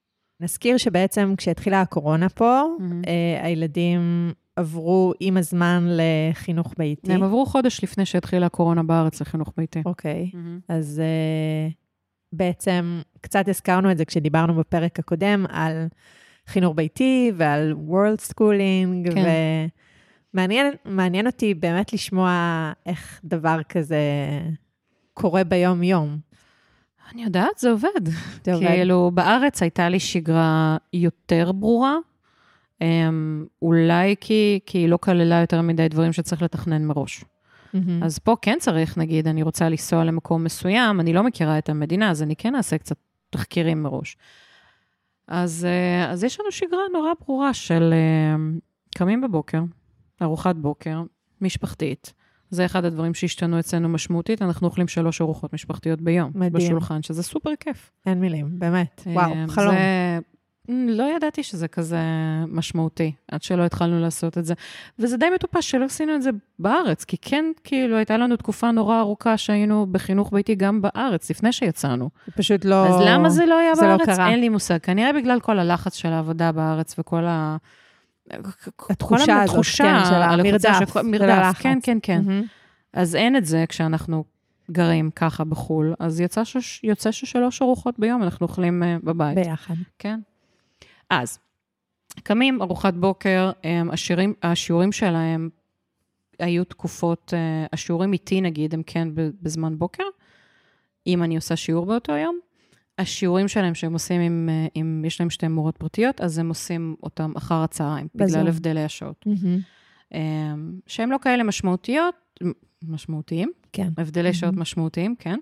Speaker 1: נזכיר שבעצם כשהתחילה הקורונה פה,
Speaker 2: Mm-hmm.
Speaker 1: אה, הילדים עברו עם הזמן לחינוך ביתי.
Speaker 2: הם עברו חודש לפני שהתחילה הקורונה בארץ לחינוך ביתי.
Speaker 1: אוקיי,
Speaker 2: Mm-hmm.
Speaker 1: אז אה, בעצם קצת הזכרנו את זה כשדיברנו בפרק הקודם על חינוך ביתי ועל World Schooling,
Speaker 2: כן.
Speaker 1: ומעניין מעניין אותי באמת לשמוע איך דבר כזה קורה ביום-יום.
Speaker 2: אני יודעת, זה עובד.
Speaker 1: זה עובד.
Speaker 2: כאילו, בארץ הייתה לי שגרה יותר ברורה, um, אולי כי, כי היא לא כללה יותר מדי דברים שצריך לתכנן מראש.
Speaker 1: Mm-hmm.
Speaker 2: אז פה כן צריך, נגיד, אני רוצה לנסוע למקום מסוים, אני לא מכירה את המדינה, אז אני כן אעשה קצת תחקירים מראש. אז, uh, אז יש לנו שגרה נורא ברורה של uh, קמים בבוקר, ארוחת בוקר, משפחתית, זה אחד הדברים שהשתנו אצלנו משמעותית, אנחנו אוכלים שלוש ארוחות משפחתיות ביום, מדהים. בשולחן, שזה סופר כיף.
Speaker 1: אין מילים, באמת, וואו, חלום.
Speaker 2: זה, לא ידעתי שזה כזה משמעותי, עד שלא התחלנו לעשות את זה, וזה די מטופש שלא עשינו את זה בארץ, כי כן, כאילו, הייתה לנו תקופה נורא ארוכה שהיינו בחינוך ביתי גם בארץ, לפני שיצאנו.
Speaker 1: פשוט לא...
Speaker 2: אז למה זה לא היה
Speaker 1: זה
Speaker 2: בארץ?
Speaker 1: לא קרה.
Speaker 2: אין לי מושג. כנראה בגלל כל הלחץ של העבודה בארץ וכל ה...
Speaker 1: התחושה הזאת, כן, של המרדף.
Speaker 2: מרדף, כן, כן, כן. אז אין את זה כשאנחנו גרים ככה בחול, אז יצא, ש... יוצא ששלוש ארוחות ביום, אנחנו אוכלים uh, בבית.
Speaker 1: ביחד.
Speaker 2: כן. אז, קמים, ארוחת בוקר, השיעורים, השיעורים שלהם היו תקופות, uh, השיעורים איתי נגיד, הם כן בזמן בוקר, אם אני עושה שיעור באותו יום, השיעורים שלהם שהם עושים, עם, עם, יש להם שתי מורות פרטיות, אז הם עושים אותם אחר הצהריים, בגלל הבדלי השעות. Mm-hmm. שהם לא כאלה משמעותיות, משמעותיים,
Speaker 1: כן.
Speaker 2: הבדלי mm-hmm. שעות משמעותיים, כן.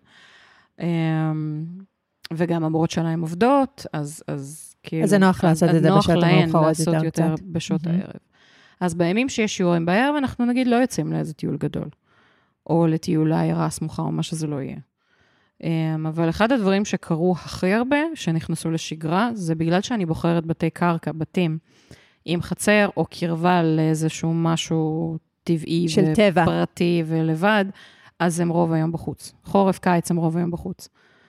Speaker 2: וגם המורות שלהם עובדות, אז, אז כאילו...
Speaker 1: אז זה נוח לעשות את זה בשעות המאוחרות יותר
Speaker 2: לעשות יותר בשעות mm-hmm. הערב. אז בימים שיש שיעורים בערב, אנחנו נגיד לא יוצאים לאיזה טיול גדול, או לטיול לעיירה הסמוכה, או מה שזה לא יהיה. אבל אחד הדברים שקרו הכי הרבה, שנכנסו לשגרה, זה בגלל שאני בוחרת בתי קרקע, בתים, עם חצר או קרבה לאיזשהו משהו טבעי ופרטי ולבד, אז הם רוב היום בחוץ. חורף, קיץ הם רוב היום בחוץ.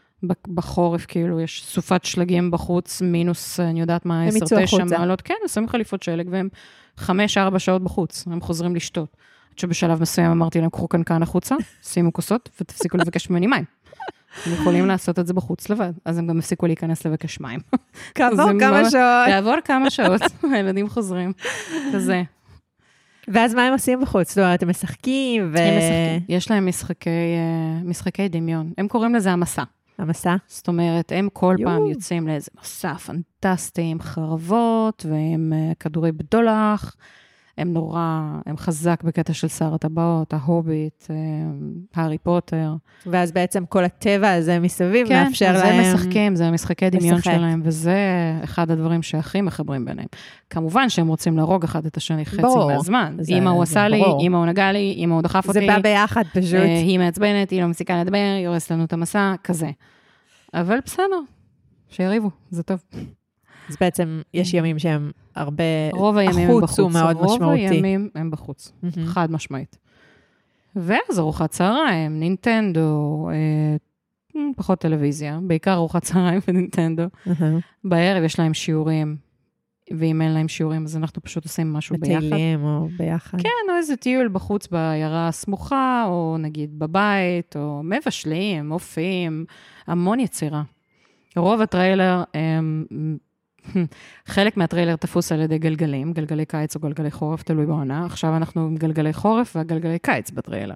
Speaker 2: בחורף כאילו יש סופת שלגים בחוץ, מינוס, אני יודעת מה, עשר, תשע מעלות, כן, עושים חליפות שלג, והם חמש, ארבע שעות בחוץ, הם חוזרים לשתות. עד שבשלב מסוים אמרתי להם, קחו כאן כאן החוצה, שימו כוסות, ותפסיקו לבקש ממני מים. הם יכולים לעשות את זה בחוץ לבד, אז הם גם הפסיקו להיכנס לבקש מים.
Speaker 1: כעבור כמה שעות.
Speaker 2: כעבור כמה שעות, הילדים חוזרים, כזה.
Speaker 1: ואז מה הם עושים בחוץ? זאת אומרת, הם משחקים ו...
Speaker 2: הם משחקים, יש להם משחקי, משחקי דמיון. הם קוראים לזה המסע.
Speaker 1: המסע?
Speaker 2: זאת אומרת, הם כל פעם יוצאים לאיזה מסע פנטסטי, עם חרבות, ועם כדורי בדולח, הם נורא, הם חזק בקטע של שר הטבעות, ההוביט, הארי פוטר.
Speaker 1: ואז בעצם כל הטבע הזה מסביב כן, מאפשר להם...
Speaker 2: כן, זה משחקים, זה המשחקי דמיון משחק. שלהם, וזה אחד הדברים שהכי מחברים ביניהם. כמובן שהם רוצים להרוג אחד את השני חצי ברור. מהזמן. זה, אמא הוא עשה לי, אמא הוא נגע לי, אמא הוא דחף
Speaker 1: זה
Speaker 2: אותי.
Speaker 1: בא ביחד פשוט.
Speaker 2: היא מעצבנת, היא לא מפסיקה לדבר, היא הורסת לנו את המסע, כזה. אבל בסדר, שיריבו, זה טוב.
Speaker 1: אז בעצם יש ימים שהם הרבה...
Speaker 2: רוב הימים הם בחוץ.
Speaker 1: החוץ הוא מאוד משמעותי.
Speaker 2: רוב הימים הם בחוץ, mm-hmm. חד משמעית. ואז ארוחת צהריים, נינטנדו, אה, פחות טלוויזיה, בעיקר ארוחת צהריים ונינטנדו. Mm-hmm. בערב יש להם שיעורים, ואם אין להם שיעורים, אז אנחנו פשוט עושים משהו ביחד.
Speaker 1: מטיילים או ביחד.
Speaker 2: כן, או איזה טיול בחוץ בעיירה הסמוכה, או נגיד בבית, או מבשלים, אופים, המון יצירה. רוב הטריילר... הם, חלק מהטריילר תפוס על ידי גלגלים, גלגלי קיץ או גלגלי חורף, תלוי בעונה. עכשיו אנחנו עם גלגלי חורף והגלגלי קיץ בטריילר.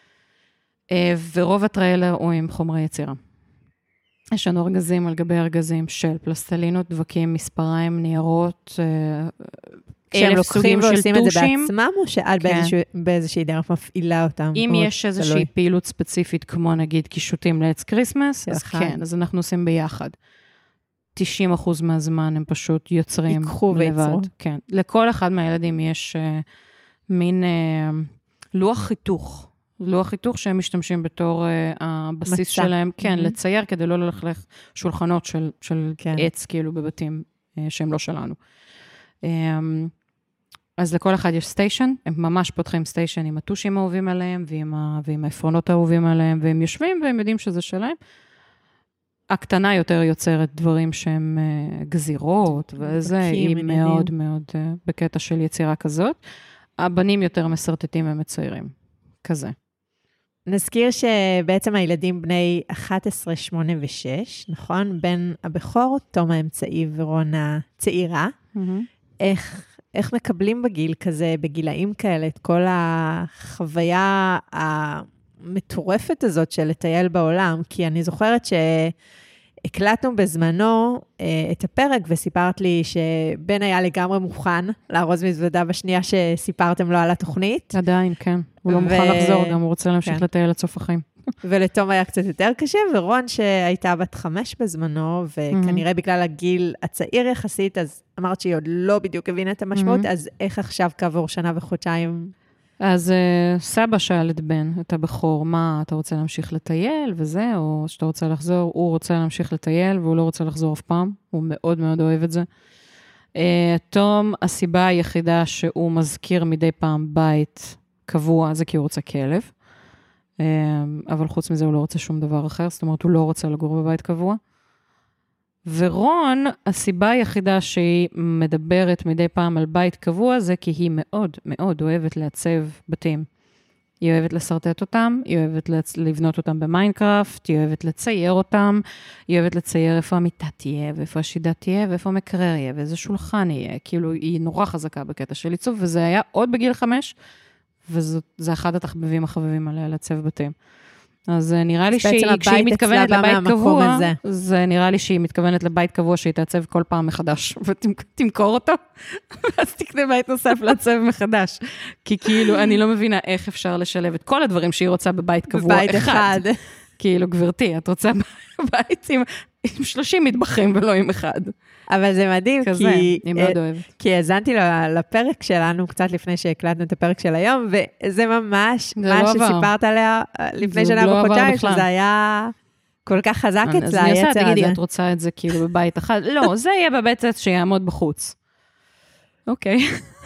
Speaker 2: ורוב הטריילר הוא עם חומרי יצירה. יש לנו ארגזים על גבי ארגזים של פלסטלינות, דבקים, מספריים, ניירות,
Speaker 1: כשהם לוקחים ועושים את זה בעצמם, או שעד באיזושהי דרך מפעילה אותם?
Speaker 2: אם יש איזושהי פעילות ספציפית, כמו נגיד קישוטים לעץ קריסמס, אז כן, אז אנחנו עושים ביחד. תשעים אחוז מהזמן הם פשוט יוצרים
Speaker 1: ייקחו ויצרו.
Speaker 2: כן. לכל אחד מהילדים יש uh, מין uh, לוח חיתוך. לוח חיתוך שהם משתמשים בתור uh, הבסיס מצא. שלהם, כן, mm-hmm. לצייר כדי לא ללכלך שולחנות של, של כן. עץ, כאילו, בבתים uh, שהם לא שלנו. Um, אז לכל אחד יש סטיישן, הם ממש פותחים סטיישן עם הטושים האהובים עליהם, ועם, ה, ועם העפרונות האהובים עליהם, והם יושבים והם יודעים שזה שלהם. הקטנה יותר יוצרת דברים שהם גזירות, וזה היא מאוד מאוד בקטע של יצירה כזאת. הבנים יותר מסרטטים ומציירים, כזה.
Speaker 1: נזכיר שבעצם הילדים בני אחת עשרה, שמונה ושש, נכון? בין הבכור, תום האמצעי ורון הצעירה. Mm-hmm. איך, איך מקבלים בגיל כזה, בגילאים כאלה, את כל החוויה המטורפת הזאת של לטייל בעולם? כי אני זוכרת שהקלטנו בזמנו את הפרק, וסיפרת לי שבן היה לגמרי מוכן לארוז מזוודה בשנייה שסיפרתם לו על התוכנית.
Speaker 2: עדיין, כן. הוא לא מוכן לחזור, גם הוא רוצה להמשיך לטייל עד סוף החיים.
Speaker 1: ולתום היה קצת יותר קשה, ורון שהייתה בת חמש בזמנו, וכנראה בגלל הגיל הצעיר יחסית, אז אמרת שהיא עוד לא בדיוק הבינה את המשמעות, אז איך עכשיו כעבור שנה וחודשיים?
Speaker 2: אז סבא שאל את בן, את הבכור, מה, אתה רוצה להמשיך לטייל וזה, או שאתה רוצה לחזור? הוא רוצה להמשיך לטייל, והוא לא רוצה לחזור אף פעם, הוא מאוד מאוד אוהב את זה. תום, הסיבה היחידה שהוא מזכיר מדי פעם בית קבוע, זה כי הוא רוצה כלב, אבל חוץ מזה הוא לא רוצה שום דבר אחר, זאת אומרת, הוא לא רוצה לגור בבית קבוע. ורון, הסיבה היחידה שהיא מדברת מדי פעם על בית קבוע, זה כי היא מאוד מאוד אוהבת לעצב בתים. היא אוהבת לסרטט אותם, היא אוהבת לבנות אותם במיינקראפט, היא אוהבת לצייר אותם, היא אוהבת לצייר איפה המיטה תהיה, ואיפה השידה תהיה, ואיפה המקרר יהיה, ואיזה שולחן יהיה. כאילו, היא נורא חזקה בקטע של עיצוב, וזה היה עוד בגיל חמש, וזה אחד התחבבים החבבים עליה לעצב בתים. אז נראה לי שהיא, כשהיא מתכוונת לבית קבוע, זה נראה לי שהיא מתכוונת לבית קבוע שהיא תעצב כל פעם מחדש, ותמכור אותו, ואז תקנה בית נוסף לעצב מחדש. כי כאילו, אני לא מבינה איך אפשר לשלב את כל הדברים שהיא רוצה בבית קבוע אחד. כאילו, גברתי, את רוצה בית עם שלושים מטבחים ולא עם אחד.
Speaker 1: אבל זה מדהים,
Speaker 2: כזה,
Speaker 1: כי,
Speaker 2: אני מאוד אוהבת.
Speaker 1: כי הזנתי לפרק שלנו, קצת לפני שהקלטנו את הפרק של היום, וזה ממש מה לא שסיפרת עליה לפני שנה לא בחודשיים, שזה היה כל כך חזק אצלה,
Speaker 2: אז אני עושה, תגידי, את רוצה את זה כאילו בבית אחד? לא, זה יהיה בבית שיעמוד בחוץ. אוקיי.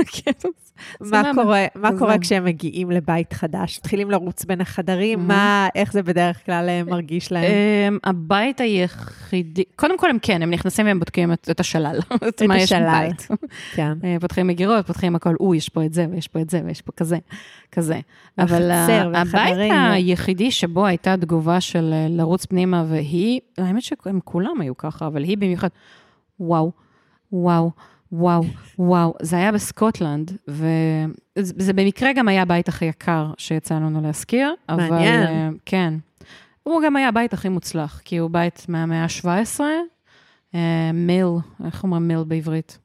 Speaker 1: מה קורה, מה קורה כשהם מגיעים לבית חדש? מתחילים לרוץ בין החדרים? מה, איך זה בדרך כלל מרגיש להם?
Speaker 2: הבית היחידי, קודם כל הם כן, הם נכנסים והם בודקים את השלל.
Speaker 1: את השלל. כן.
Speaker 2: פותחים מגירות, פותחים הכל, או, יש פה את זה, ויש פה את זה, ויש פה כזה, כזה. אבל הבית היחידי שבו הייתה תגובה של לרוץ פנימה, והיא, האמת שהם כולם היו ככה, אבל היא במיוחד, וואו, וואו, וואו, וואו, זה היה בסקוטלנד, וזה במקרה גם היה הבית הכי יקר שיצא לנו להזכיר, אבל
Speaker 1: מעניין.
Speaker 2: כן, הוא גם היה הבית הכי מוצלח, כי הוא בית מהמאה ה-שבע עשרה, מיל, איך אומרים מיל בעברית?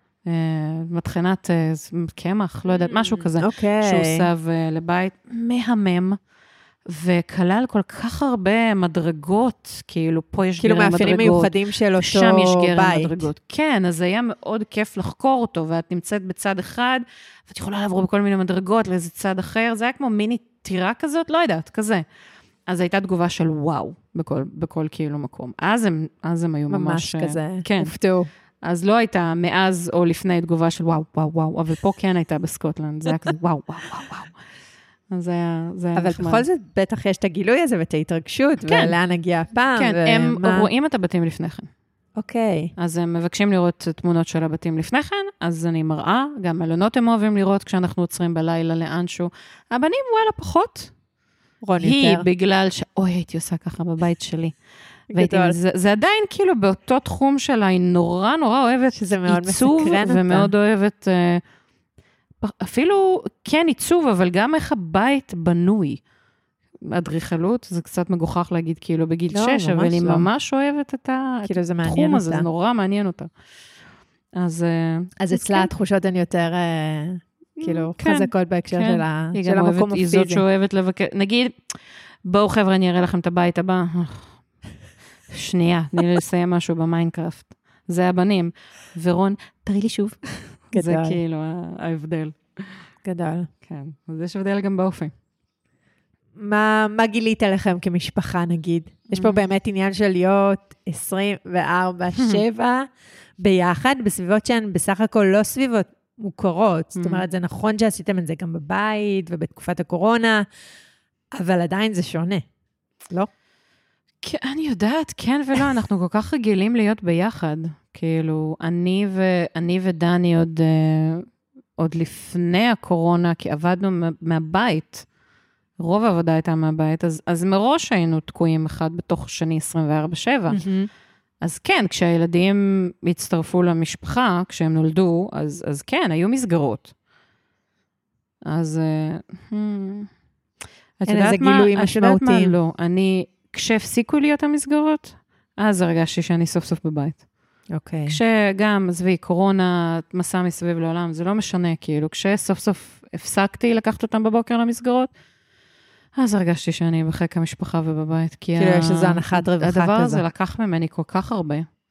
Speaker 2: מתחנת קמח, לא יודעת, משהו כזה, שהוא סב לבית מהמם, וכלל כל כך הרבה מדרגות, כאילו פה יש
Speaker 1: כאילו
Speaker 2: גרם מדרגות.
Speaker 1: כאילו מאפיינים מיוחדים של אותו
Speaker 2: שם יש גרם
Speaker 1: בית.
Speaker 2: מדרגות. כן, אז זה היה מאוד כיף לחקור אותו, ואת נמצאת בצד אחד, ואת יכולה לעבור בכל מיני מדרגות לאיזה צד אחר, זה היה כמו מיני טירה כזאת, לא יודעת, כזה. אז הייתה תגובה של וואו, בכל, בכל כאילו מקום. אז הם, אז הם היו ממש...
Speaker 1: ממש כזה,
Speaker 2: כן.
Speaker 1: הופתעו.
Speaker 2: אז לא הייתה מאז או לפני תגובה של וואו, וואו, וואו, אבל פה כן הייתה בסקוטלנד, זה היה כזה וואו, וואו, וואו, וואו. אז זה היה, זה היה
Speaker 1: אבל
Speaker 2: נחמד.
Speaker 1: בכל זאת, בטח יש את הגילוי הזה ואת ההתרגשות, כן. ולאן נגיע הפעם.
Speaker 2: כן,
Speaker 1: ומה...
Speaker 2: הם רואים את הבתים לפני כן.
Speaker 1: אוקיי.
Speaker 2: אז הם מבקשים לראות תמונות של הבתים לפני כן, אז אני מראה, גם מלונות הם אוהבים לראות כשאנחנו עוצרים בלילה לאנשהו. הבנים, וואלה, פחות.
Speaker 1: רון יותר.
Speaker 2: היא בגלל ש... אוי, הייתי עושה ככה בבית שלי. והייתי, זה, זה עדיין כאילו באותו תחום שלה, היא נורא נורא אוהבת
Speaker 1: שזה מאוד
Speaker 2: עיצוב,
Speaker 1: מסקרן
Speaker 2: ומאוד אותה. אוהבת... אפילו כן עיצוב, אבל גם איך הבית בנוי. אדריכלות, זה קצת מגוחך להגיד כאילו בגיל לא, שש, אבל היא לא. ממש אוהבת את
Speaker 1: כאילו זה
Speaker 2: התחום הזה, אותה. זה נורא מעניין אותה. אז,
Speaker 1: אז אצלה כן. התחושות הן יותר כאילו כן. חזקות בהקשר כן. של, ה... של המקום
Speaker 2: אוהבת,
Speaker 1: הפיזי.
Speaker 2: היא זאת שאוהבת לבקר, נגיד, בואו חבר'ה, אני אראה לכם את הבית הבא. שנייה, תני לי לסיים משהו במיינקראפט. זה הבנים. ורון, תראי לי שוב. גדול. זה כאילו ההבדל.
Speaker 1: גדול.
Speaker 2: כן, אז יש הבדל גם באופן.
Speaker 1: מה, מה גילית עליכם כמשפחה, נגיד? יש פה באמת עניין של להיות עשרים וארבע שבע ביחד, בסביבות שהן בסך הכל לא סביבות מוכרות. זאת אומרת, זה נכון שעשיתם את זה גם בבית ובתקופת הקורונה, אבל עדיין זה שונה, לא?
Speaker 2: אני יודעת, כן ולא, אנחנו כל כך רגילים להיות ביחד. כאילו, אני, ו, אני ודני עוד, עוד לפני הקורונה, כי עבדנו מהבית, רוב העבודה הייתה מהבית, אז, אז מראש היינו תקועים אחד בתוך שני עשרים וארבע שבע. Mm-hmm. אז כן, כשהילדים הצטרפו למשפחה, כשהם נולדו, אז, אז כן, היו מסגרות. אז... את יודעת מה? את יודעת מה? לא. אני, כשהפסיקו להיות המסגרות, אז הרגשתי שאני סוף סוף בבית.
Speaker 1: אוקיי.
Speaker 2: כשגם, עזבי, קורונה, מסע מסביב לעולם, זה לא משנה, כאילו, כשסוף סוף הפסקתי לקחת אותם בבוקר למסגרות, אז הרגשתי שאני בחיק המשפחה ובבית, כי
Speaker 1: כאילו יש איזו הנחת רווחה כזה.
Speaker 2: הדבר הזה לקח ממני כל כך הרבה.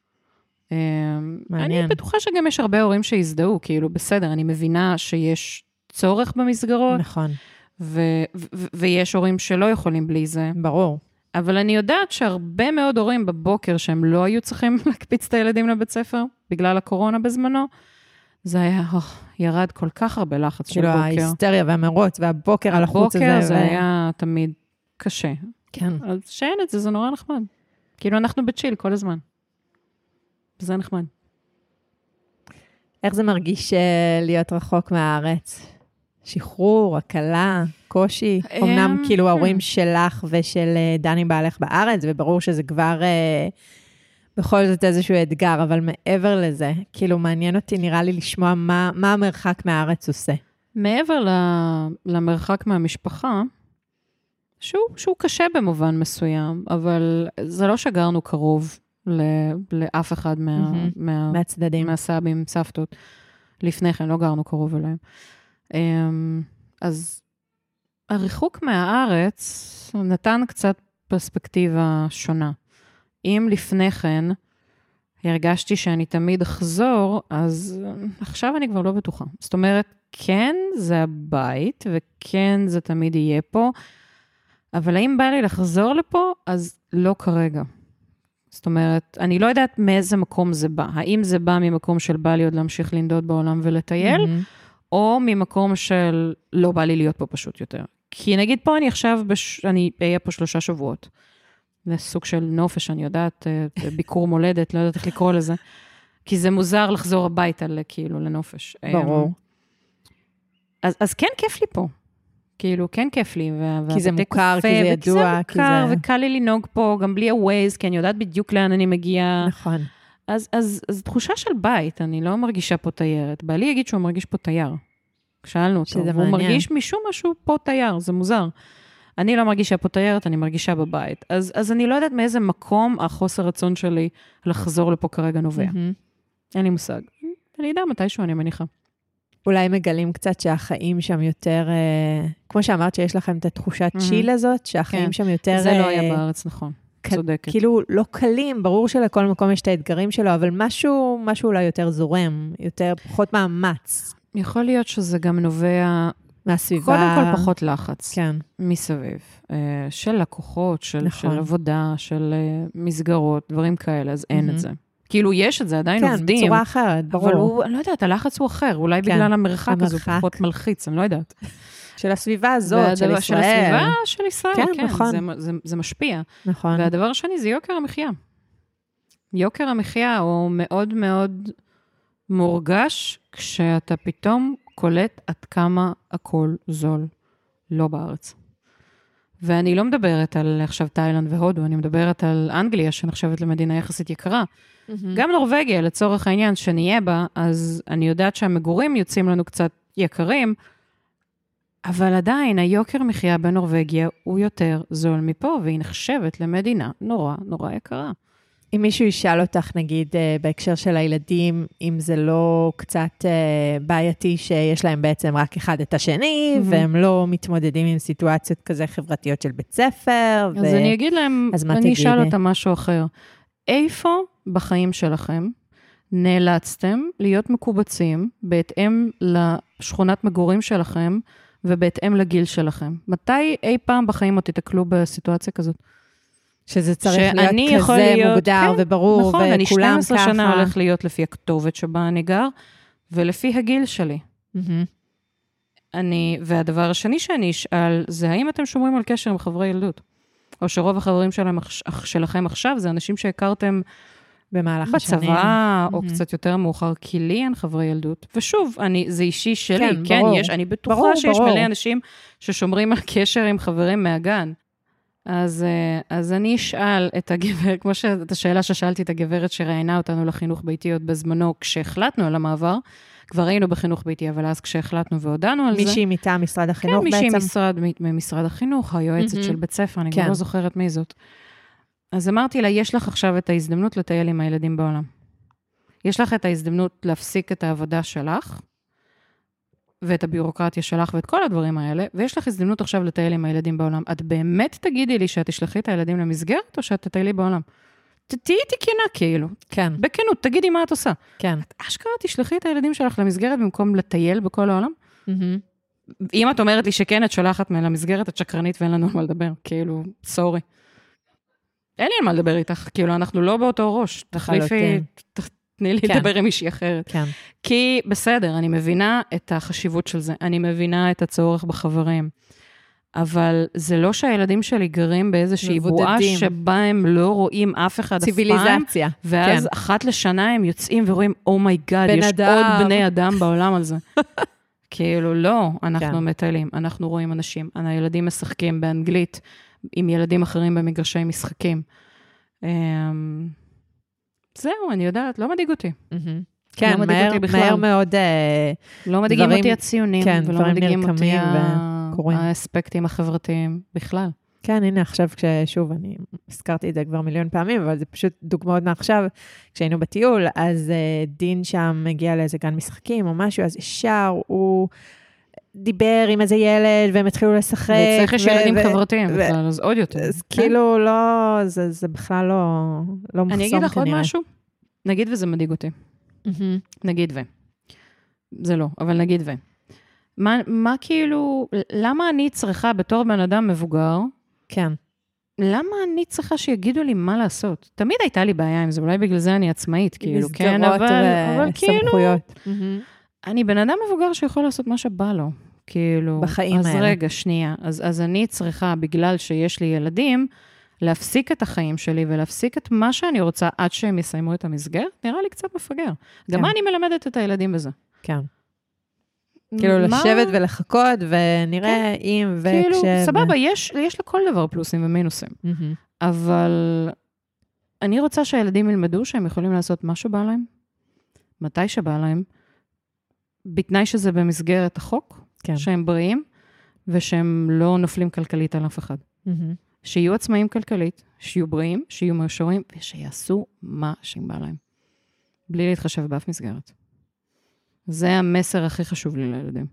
Speaker 2: אני בטוחה שגם יש הרבה הורים שהזדהו, כאילו, בסדר, אני מבינה שיש צורך במסגרות.
Speaker 1: נכון.
Speaker 2: ויש הורים שלא יכולים בלי זה.
Speaker 1: ברור.
Speaker 2: אבל אני יודעת שהרבה מאוד הורים בבוקר, שהם לא היו צריכים להקפיץ את הילדים לבית ספר, בגלל הקורונה בזמנו, זה היה, ירד כל כך הרבה לחץ של בוקר.
Speaker 1: כאילו ההיסטריה והמרוץ, והבוקר על החוץ הזה.
Speaker 2: הבוקר זה היה תמיד קשה.
Speaker 1: כן.
Speaker 2: אז שאין את זה, זה נורא נחמד. כאילו אנחנו בצ'יל כל הזמן. זה נחמד.
Speaker 1: איך זה מרגיש להיות רחוק מהארץ? שחרור, הקלה, קושי? אמנם כאילו ההורים שלך ושל דני בעלך בארץ, וברור שזה כבר בכל זאת איזשהו אתגר, אבל מעבר לזה, כאילו מעניין אותי, נראה לי לשמוע מה, מה המרחק מהארץ עושה. מעבר
Speaker 2: למרחק מהמשפחה, שהוא, שהוא קשה במובן מסוים, אבל זה לא שגרנו קרוב לאף אחד מה, mm-hmm. מה,
Speaker 1: מהצדדים.
Speaker 2: מהסבים, סבתות. לפני כן לא גרנו קרוב אליהם. אז הריחוק מהארץ נתן קצת פרספקטיבה שונה. אם לפני כן הרגשתי שאני תמיד אחזור, אז עכשיו אני כבר לא בטוחה. זאת אומרת, כן, זה הבית, וכן, זה תמיד יהיה פה, אבל האם בא לי לחזור לפה? אז לא כרגע. זאת אומרת, אני לא יודעת מאיזה מקום זה בא. האם זה בא ממקום של בא לי עוד להמשיך לנדוד בעולם ולטייל, mm-hmm. או ממקום של לא בא לי להיות פה פשוט יותר. כי נגיד פה אני עכשיו, בש... אני אהיה פה שלושה שבועות. זה סוג של נופש, אני יודעת, ביקור מולדת, לא יודעת איך לקרוא לזה. כי זה מוזר לחזור הביתה, כאילו, לנופש.
Speaker 1: ברור.
Speaker 2: אז, אז כן כיף לי פה. כאילו, כן כיף לי.
Speaker 1: כי זה מוכר, כי זה ידוע.
Speaker 2: כי זה מוכר, וקל לי לנהוג פה, גם בלי הווייז, כי אני יודעת בדיוק לאן אני מגיעה.
Speaker 1: נכון.
Speaker 2: אז, אז, אז תחושה של בית, אני לא מרגישה פה תיירת. בעלי יגיד שהוא מרגיש פה תייר. שאלנו אותו, והוא מעניין. מרגיש משום משהו פה תייר, זה מוזר. אני לא מרגישה פה תיירת, אני מרגישה בבית. אז, אז אני לא יודעת מאיזה מקום החוסר רצון שלי לחזור לפה כרגע נובע. Mm-hmm. אין לי מושג. אני יודע מתישהו, אני מניחה.
Speaker 1: אולי מגלים קצת שהחיים שם יותר, אה, כמו שאמרת שיש לכם את התחושת mm-hmm. צ'יל הזאת, שהחיים כן. שם יותר...
Speaker 2: זה לא היה בארץ, נכון. צודקת.
Speaker 1: כאילו לא קלים, ברור שלכל מקום יש את האתגרים שלו, אבל משהו, משהו אולי יותר זורם, יותר פחות מאמץ.
Speaker 2: יכול להיות שזה גם נובע...
Speaker 1: מהסביבה.
Speaker 2: קודם כל פחות לחץ.
Speaker 1: כן.
Speaker 2: מסביב. של לקוחות, של, נכון. של עבודה, של מסגרות, דברים כאלה, אז אין mm-hmm. את זה. כאילו יש את זה, עדיין
Speaker 1: כן,
Speaker 2: עובדים.
Speaker 1: כן, בצורה אחרת, ברור.
Speaker 2: אבל הוא, אני לא יודעת, הלחץ הוא אחר, אולי כן. בגלל המרחק, המרחק. אז הוא פחות מלחיץ, אני לא יודעת.
Speaker 1: של הסביבה הזאת, של ישראל.
Speaker 2: של הסביבה של ישראל, כן,
Speaker 1: כן נכון.
Speaker 2: זה, זה, זה משפיע.
Speaker 1: נכון.
Speaker 2: והדבר השני זה יוקר המחיה. יוקר המחיה הוא מאוד מאוד מורגש, כשאתה פתאום קולט עד כמה הכל זול, לא בארץ. ואני לא מדברת על עכשיו תאילנד והודו, אני מדברת על אנגליה, שנחשבת למדינה יחסית יקרה. Mm-hmm. גם נורווגיה, לצורך העניין, שנהיה בה, אז אני יודעת שהמגורים יוצאים לנו קצת יקרים, אבל עדיין היוקר מחיה בנורווגיה הוא יותר זול מפה, והיא נחשבת למדינה נורא נורא יקרה.
Speaker 1: אם מישהו ישאל אותך, נגיד, בהקשר של הילדים, אם זה לא קצת בעייתי שיש להם בעצם רק אחד את השני, mm-hmm. והם לא מתמודדים עם סיטואציות כזה חברתיות של בית ספר.
Speaker 2: אז ו... אני אגיד להם, אני אשאל אותם משהו אחר. איפה בחיים שלכם נאלצתם להיות מקובצים בהתאם לשכונת מגורים שלכם, ובהתאם לגיל שלכם? מתי אי פעם בחיים עוד תתקלו בסיטואציה כזאת?
Speaker 1: שזה צריך להיות כזה להיות, מוגדר כן, וברור,
Speaker 2: נכון,
Speaker 1: וכולם ככה.
Speaker 2: אני שתים עשרה שנה הולך להיות לפי הכתובת שבה אני גר, ולפי הגיל שלי. Mm-hmm. אני, והדבר השני שאני אשאל, זה האם אתם שומרים על קשר עם חברי ילדות? או שרוב החברים שלהם, שלכם עכשיו, זה אנשים שהכרתם
Speaker 1: במהלך השנים.
Speaker 2: בצבא, או קצת יותר מאוחר, כי לי אין חברי ילדות. ושוב, אני, זה אישי שלי, כן, כן יש, אני בטוחה ברור, שיש ברור. מלא אנשים ששומרים על קשר עם חברים מהגן. אז, אז אני אשאל את הגברת, כמו שאת השאלה ששאלתי את הגברת שראיינה אותנו לחינוך ביתי עוד בזמנו, כשהחלטנו על המעבר, כבר היינו בחינוך ביתי, אבל אז כשהחלטנו והודענו על
Speaker 1: מישהי
Speaker 2: זה...
Speaker 1: מישהי מטעם משרד החינוך
Speaker 2: כן,
Speaker 1: בעצם?
Speaker 2: כן, מישהי משרד, ממשרד החינוך, היועצת mm-hmm. של בית ספר, אני כן. גם לא זוכרת מי זאת. אז אמרתי לה, יש לך עכשיו את ההזדמנות לטייל עם הילדים בעולם. יש לך את ההזדמנות להפסיק את העבודה שלך, ואת הביורוקרטיה שלך, ואת כל הדברים האלה, ויש לך הזדמנות עכשיו לטייל עם הילדים בעולם. את באמת תגידי לי שאת תשלחי את הילדים למסגרת, או שאת תטיילי בעולם? תהיי תקינה כאילו.
Speaker 1: כן.
Speaker 2: בכנות, תגידי מה את עושה.
Speaker 1: כן.
Speaker 2: את אשכרה תשלחי את הילדים שלך למסגרת, במקום לטייל בכל העולם. אם את אומרת לי שכן, את שולחת למסגרת, את שקרנית ואין לנו מה לדבר. כאילו, סורי. אין לי על מה לדבר איתך, כאילו, אנחנו לא באותו ראש. תחליפי, תני לי לדבר עם מישהי אחרת.
Speaker 1: כן.
Speaker 2: כי בסדר, אני מבינה את החשיבות של זה, אני מבינה את הצורך בחברים, אבל זה לא שהילדים שלי גרים באיזושהי בועה שבה הם לא רואים אף אחד אף פעם.
Speaker 1: ציביליזציה.
Speaker 2: ואז כן. אחת לשנה הם יוצאים ורואים, אומייגאד, יש
Speaker 1: אדם.
Speaker 2: עוד בני אדם בעולם על זה. כאילו, לא, אנחנו כן. מטיילים, אנחנו רואים אנשים, הילדים משחקים באנגלית, עם ילדים אחרים במגרשי משחקים. זהו, אני יודעת, לא מדאיג אותי.
Speaker 1: כן, מהר מאוד...
Speaker 2: לא מדאיגים אותי הציונים, ולא מדאיגים אותי האספקטים החברתיים בכלל.
Speaker 1: כן, הנה עכשיו כששוב, אני הזכרתי את זה כבר מיליון פעמים, אבל זה פשוט דוגמאות מעכשיו, כשהיינו בטיול, אז דין שם הגיע לאיזה גן משחקים או משהו, אז ישר הוא... דיבר עם איזה ילד, והם התחילו לשחק.
Speaker 2: וצריך יש ילדים חברתיים, אז עוד יותר.
Speaker 1: אז כאילו לא, זה בכלל לא מחסום כנראה.
Speaker 2: אני אגיד לך עוד משהו? נגיד וזה מדאיג אותי. נגיד ו. זה לא, אבל נגיד ו. מה כאילו, למה אני צריכה בתור בן אדם מבוגר?
Speaker 1: כן.
Speaker 2: למה אני צריכה שיגידו לי מה לעשות? תמיד הייתה לי בעיה עם זה, אולי בגלל זה אני עצמאית, כאילו, כן, אבל כאילו... אני בן אדם מבוגר שיכול לעשות מה שבא לו, כאילו...
Speaker 1: בחיים
Speaker 2: אז
Speaker 1: האלה.
Speaker 2: אז רגע, שנייה. אז, אז אני צריכה, בגלל שיש לי ילדים, להפסיק את החיים שלי, ולהפסיק את מה שאני רוצה, עד שהם יסיימו את המסגרת, נראה לי קצת מפגר. כן. גם מה אני מלמדת את הילדים בזה?
Speaker 1: כן. כאילו מה... לשבת ולחכות, ונראה כן. אם וכשב...
Speaker 2: כאילו, סבבה, יש, יש לכל דבר פלוסים ומינוסים. Mm-hmm. אבל אני רוצה שהילדים ילמדו שהם יכולים לעשות מה שבא להם, מתי שבא להם, בתנאי שזה במסגרת החוק, כן. שהם בריאים, ושהם לא נופלים כלכלית על אף אחד. Mm-hmm. שיהיו עצמאים כלכלית, שיהיו בריאים, שיהיו מאושרים, ושיעשו מה שהם בא להם. בלי להתחשב באף מסגרת. זה המסר הכי חשוב לי לילדים.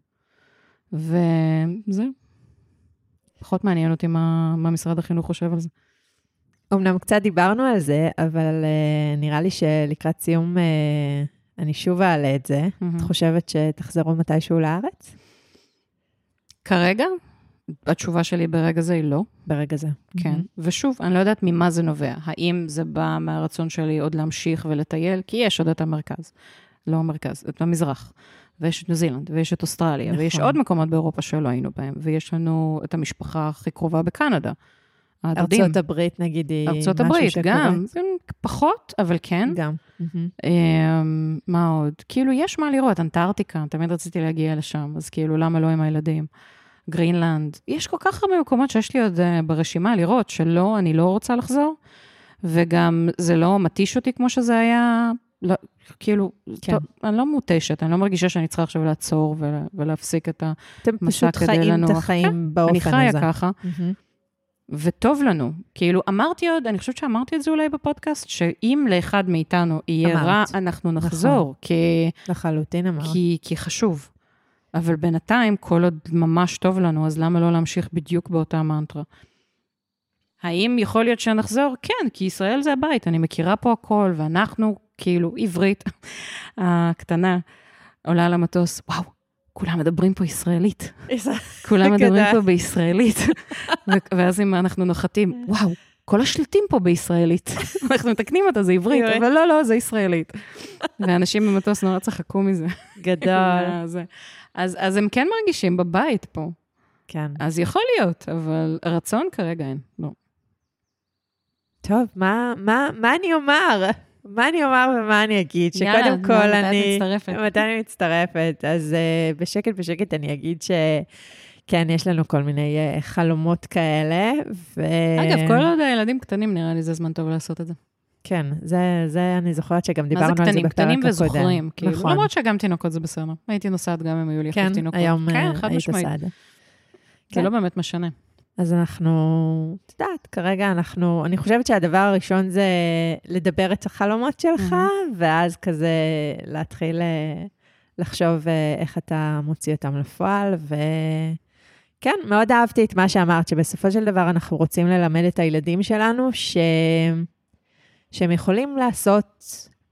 Speaker 2: וזה, פחות מעניין אותי מה, מה משרד החינוך חושב על זה.
Speaker 1: אמנם קצת דיברנו על זה, אבל uh, נראה לי שלקראת סיום... Uh... אני שוב אעלה את זה. Mm-hmm. את חושבת שתחזרו מתישהו לארץ?
Speaker 2: כרגע? התשובה שלי ברגע זה היא לא.
Speaker 1: ברגע זה.
Speaker 2: כן. Mm-hmm. ושוב, אני לא יודעת ממה זה נובע. האם זה בא מהרצון שלי עוד להמשיך ולטייל? כי יש עוד את המרכז. לא המרכז, את המזרח. ויש את ניו זילנד, ויש את אוסטרליה, נכון. ויש עוד מקומות באירופה שלא היינו בהם. ויש לנו את המשפחה הכי קרובה בקנדה.
Speaker 1: ארצות הברית, נגיד, היא
Speaker 2: ארצות הברית, גם. פחות, אבל כן.
Speaker 1: גם.
Speaker 2: מה עוד? כאילו, יש מה לראות, אנטארקטיקה, תמיד רציתי להגיע לשם, אז כאילו, למה לא עם הילדים? גרינלנד. יש כל כך הרבה מקומות שיש לי עוד ברשימה לראות, שלא, אני לא רוצה לחזור, וגם זה לא מתיש אותי כמו שזה היה, כאילו, אני לא מוטשת, אני לא מרגישה שאני צריכה עכשיו לעצור ולהפסיק את המסע כדי לנוח.
Speaker 1: אתם פשוט חיים את החיים באופן הזה.
Speaker 2: אני חיה ככה. וטוב לנו. כאילו, אמרתי עוד, אני חושבת שאמרתי את זה אולי בפודקאסט, שאם לאחד מאיתנו יהיה רע, אנחנו נחזור. כי,
Speaker 1: לחלוטין אמרת.
Speaker 2: כי, כי חשוב. אבל בינתיים, כל עוד ממש טוב לנו, אז למה לא להמשיך בדיוק באותה מנטרה? האם יכול להיות שנחזור? כן, כי ישראל זה הבית, אני מכירה פה הכל, ואנחנו, כאילו, עברית, הקטנה, עולה על המטוס, וואו, כולם מדברים פה ישראלית. כולם מדברים פה בישראלית. ואז אם אנחנו נוחתים, וואו, כל השלטים פה בישראלית. אנחנו מתקנים אותה, זה עברית, אבל לא, לא, זה ישראלית. ואנשים במטוס נורא צחקו מזה.
Speaker 1: גדול.
Speaker 2: אז הם כן מרגישים בבית פה.
Speaker 1: כן.
Speaker 2: אז יכול להיות, אבל רצון כרגע אין. לא.
Speaker 1: טוב, מה, מה, מה אני אומר? מה אני אומר ומה אני אגיד? שקודם כל אני...
Speaker 2: יאללה, מתי את מצטרפת?
Speaker 1: מתי אני מצטרפת? אז uh, בשקט בשקט אני אגיד שכן, יש לנו כל מיני uh, חלומות כאלה. ו...
Speaker 2: אגב, כל עוד הילדים קטנים, נראה לי זה זמן טוב לעשות את זה.
Speaker 1: כן, זה, זה אני זוכרת שגם דיברנו על זה
Speaker 2: קטנים,
Speaker 1: בפרק הקודם.
Speaker 2: קטנים וזוכרים, כאילו.
Speaker 1: נכון.
Speaker 2: למרות שגם תינוקות זה בסדר. הייתי נוסעת גם אם היו לי
Speaker 1: כן,
Speaker 2: אחרי תינוקות.
Speaker 1: היום
Speaker 2: כן,
Speaker 1: uh,
Speaker 2: חד
Speaker 1: היית
Speaker 2: משמעית.
Speaker 1: סעדה.
Speaker 2: זה לא באמת משנה.
Speaker 1: אז אנחנו, את יודעת, כרגע אנחנו, אני חושבת שהדבר הראשון זה לדבר את החלומות שלך, ואז כזה להתחיל לחשוב איך אתה מוציא אותם לפועל, וכן, מאוד אהבתי את מה שאמרת, שבסופו של דבר אנחנו רוצים ללמד את הילדים שלנו, ש... שהם יכולים לעשות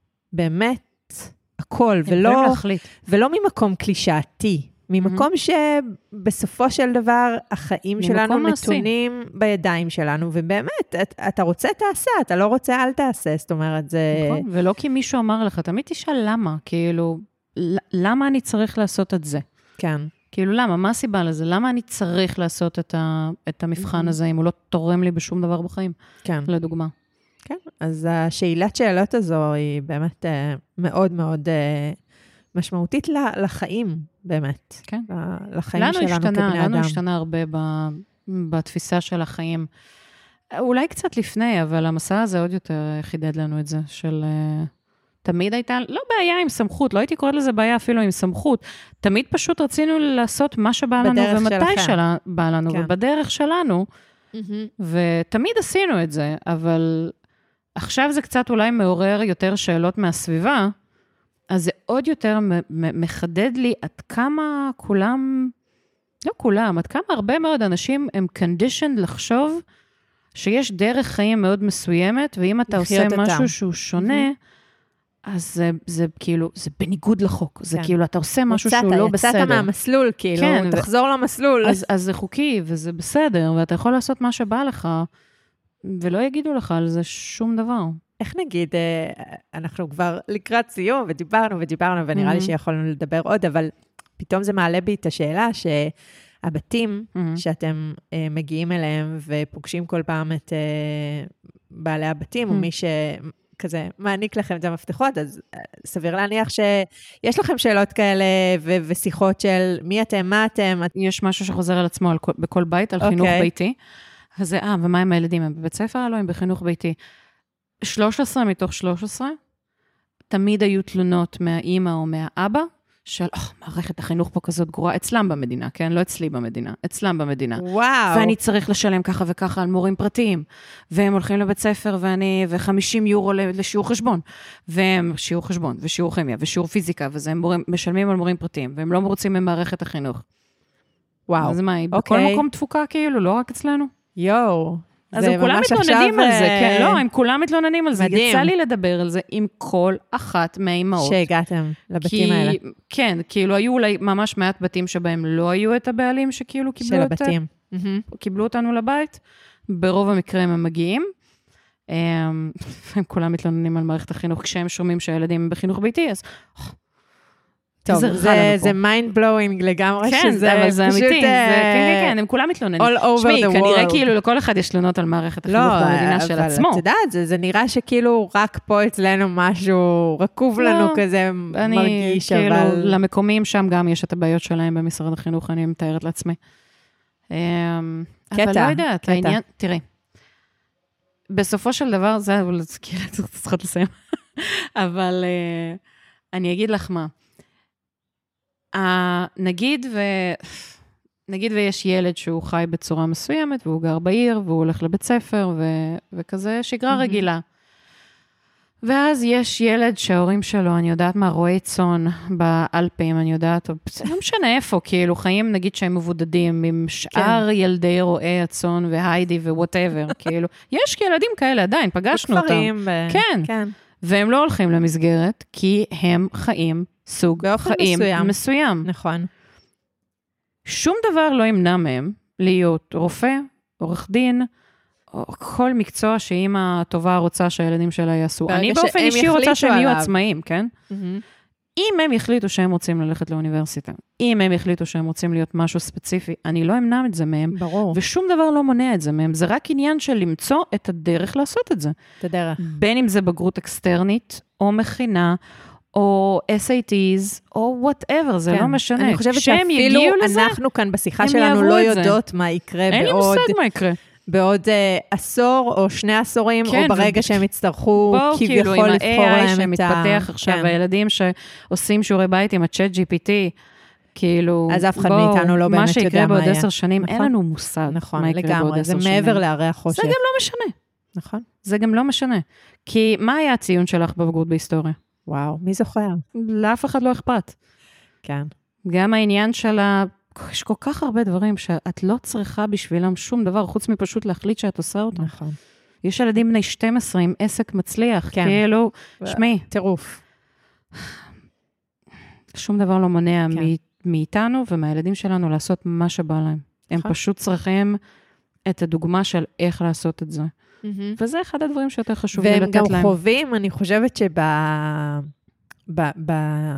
Speaker 1: באמת הכל, ולא, ולא ממקום קלישאתי, ממקום שבסופו של דבר החיים שלנו נתונים בידיים שלנו, ובאמת, אתה רוצה תעשה, אתה לא רוצה אל תעשה, זאת אומרת, זה...
Speaker 2: נכון, ולא כי מישהו אמר לך, תמיד תשאל למה, כאילו, למה אני צריך לעשות את זה?
Speaker 1: כן.
Speaker 2: כאילו, למה? מה הסיבה לזה? למה אני צריך לעשות את המבחן הזה, אם הוא לא תורם לי בשום דבר בחיים?
Speaker 1: כן.
Speaker 2: לדוגמה.
Speaker 1: כן, אז השאלת שאלות הזו היא באמת מאוד מאוד... משמעותית לחיים, באמת.
Speaker 2: כן.
Speaker 1: לחיים שלנו
Speaker 2: השתנה,
Speaker 1: כבני אדם.
Speaker 2: לנו השתנה הרבה ב, בתפיסה של החיים. אולי קצת לפני, אבל המסע הזה עוד יותר חידד לנו את זה, של... תמיד הייתה, לא בעיה עם סמכות, לא הייתי קוראת לזה בעיה אפילו עם סמכות, תמיד פשוט רצינו לעשות מה שבא לנו, ומתי שבא לנו, כן. ובדרך שלנו, mm-hmm. ותמיד עשינו את זה, אבל עכשיו זה קצת אולי מעורר יותר שאלות מהסביבה, אז זה עוד יותר מחדד לי עד כמה כולם, לא כולם, עד כמה הרבה מאוד אנשים הם conditioned לחשוב שיש דרך חיים מאוד מסוימת, ואם אתה עושה משהו שהוא שונה, אז זה, זה כאילו, זה בניגוד לחוק. זה כאילו, אתה עושה משהו שהוא לא בסדר.
Speaker 1: יצאת מהמסלול, כאילו, תחזור למסלול.
Speaker 2: אז, אז זה חוקי, וזה בסדר, ואתה יכול לעשות מה שבא לך, ולא יגידו לך על זה שום דבר.
Speaker 1: איך נגיד, אנחנו כבר לקראת סיום, ודיברנו ודיברנו, ונראה לי שיכולנו לדבר עוד, אבל פתאום זה מעלה בי את השאלה שהבתים שאתם מגיעים אליהם, ופוגשים כל פעם את בעלי הבתים, או מי שכזה מעניק לכם את המפתחות, אז סביר להניח שיש לכם שאלות כאלה, ושיחות של מי אתם, מה אתם.
Speaker 2: יש משהו שחוזר על עצמו בכל בית, על חינוך ביתי. אז זה, אה, ומה עם הילדים? הם בבית ספר? לא, הם בחינוך ביתי. שלוש עשרה מתוך שלוש עשרה, תמיד היו תלונות מהאימא או מהאבא, של, oh, מערכת החינוך פה כזאת גרועה, אצלם במדינה, כן? לא אצלי במדינה, אצלם במדינה.
Speaker 1: וואו.
Speaker 2: ואני צריך לשלם ככה וככה על מורים פרטיים, והם הולכים לבית ספר, ואני, ו-חמישים יורו לשיעור חשבון, והם שיעור חשבון, ושיעור כימיה, ושיעור פיזיקה, וזה הם מורים, משלמים על מורים פרטיים, והם לא רוצים ממערכת החינוך.
Speaker 1: וואו.
Speaker 2: אז מה, בכל מקום תפוקה כאילו, לא רק אצלנו?
Speaker 1: יואו.
Speaker 2: אז הם כולם מתלוננים על זה, כן, לא, הם כולם מתלוננים על זה. יצא לי לדבר על זה עם כל אחת מהאימהות.
Speaker 1: שהגעתם לבתים האלה.
Speaker 2: כן, כאילו היו אולי ממש מעט בתים שבהם לא היו את הבעלים שכאילו קיבלו את...
Speaker 1: של הבתים.
Speaker 2: קיבלו אותנו לבית. ברוב המקרים הם מגיעים. הם כולם מתלוננים על מערכת החינוך, כשהם שומעים שהילדים בחינוך ביתי, אז...
Speaker 1: טוב, זה, זה mind blowing לגמרי,
Speaker 2: כן,
Speaker 1: שזה
Speaker 2: אבל זה
Speaker 1: פשוט...
Speaker 2: אמיתי, זה, כן, כן, הם כולם מתלוננים.
Speaker 1: all over
Speaker 2: שמי,
Speaker 1: the world.
Speaker 2: כנראה כאילו לכל אחד יש תלונות על מערכת החינוך
Speaker 1: לא,
Speaker 2: במדינה של עצמו.
Speaker 1: אבל את יודעת, זה, זה נראה שכאילו רק פה אצלנו משהו רקוב לא, לנו כזה
Speaker 2: אני,
Speaker 1: מרגיש,
Speaker 2: כאילו,
Speaker 1: אבל...
Speaker 2: למקומים שם גם יש את הבעיות שלהם במשרד החינוך, אני מתארת לעצמי. קטע, אבל לא יודעת, קטע. העניין, תראי, בסופו של דבר, זה, אבל כאילו, צריכות לסיים, אבל אני אגיד לך מה, נגיד, ו... נגיד ויש ילד שהוא חי בצורה מסוימת, והוא גר בעיר, והוא הולך לבית ספר, ו... וכזה שגרה mm-hmm. רגילה. ואז יש ילד שההורים שלו, אני יודעת מה, רועי צאן באלפים, אני יודעת, לא משנה איפה, כאילו חיים נגיד שהם מבודדים, עם שאר כן. ילדי רועי הצאן והיידי ווואטאבר, כאילו, יש ילדים כאלה עדיין, פגשנו אותם.
Speaker 1: ב...
Speaker 2: כן. כן. והם לא הולכים למסגרת, כי הם חיים סוג חיים מסוים. מסוים.
Speaker 1: נכון.
Speaker 2: שום דבר לא ימנע מהם להיות רופא, עורך דין, או כל מקצוע שאמא הטובה רוצה שהילדים שלה יעשו. אני באופן אישי רוצה שהם יהיו עצמאים, כן? אם הם יחליטו שהם רוצים ללכת לאוניברסיטה, אם הם יחליטו שהם רוצים להיות משהו ספציפי, אני לא אמנע את זה מהם.
Speaker 1: ברור.
Speaker 2: ושום דבר לא מונע את זה מהם. זה רק עניין של למצוא את הדרך לעשות את זה.
Speaker 1: את הדרך.
Speaker 2: בין אם זה בגרות אקסטרנית, או מכינה, או אס איי טיז, או whatever, זה לא משנה.
Speaker 1: אני חושבת שאפילו אנחנו כאן בשיחה שלנו לא יודעות מה יקרה בעוד...
Speaker 2: אין לי מושג מה יקרה.
Speaker 1: בעוד עשור או שני עשורים, או ברגע שהם יצטרכו כביכול לבחור להם את ה...
Speaker 2: בואו, כאילו, עם ה-איי איי שמתפתח עכשיו, הילדים שעושים שיעורי בית עם ה-צ'אט ג'י פי טי, כאילו,
Speaker 1: אז אף אחד מאיתנו לא באמת יודע מה
Speaker 2: מה שיקרה בעוד עשר שנים, אין לנו מושג מה יקרה בעוד עשר שנים.
Speaker 1: זה מעבר להרי החושך.
Speaker 2: זה גם לא משנה.
Speaker 1: נכון.
Speaker 2: זה גם לא משנה. כי מה היה הציון שלך בבגרות בהיסטוריה?
Speaker 1: וואו, מי זוכר?
Speaker 2: לאף אחד לא אכפת.
Speaker 1: כן.
Speaker 2: גם העניין של ה... יש כל כך הרבה דברים שאת לא צריכה בשבילם שום דבר, חוץ מפשוט להחליט שאת עושה אותם.
Speaker 1: נכון.
Speaker 2: יש ילדים בני שתים עשרה עם עסק מצליח, כן. כאילו, שמי.
Speaker 1: טירוף.
Speaker 2: שום דבר לא מונע כן. מאיתנו ומהילדים שלנו לעשות מה שבא להם. הם נכון. פשוט צריכים את הדוגמה של איך לעשות את זה. Mm-hmm. וזה אחד הדברים שיותר חשוב לי לתת להם.
Speaker 1: והם גם חווים, אני חושבת שב... ב... ב...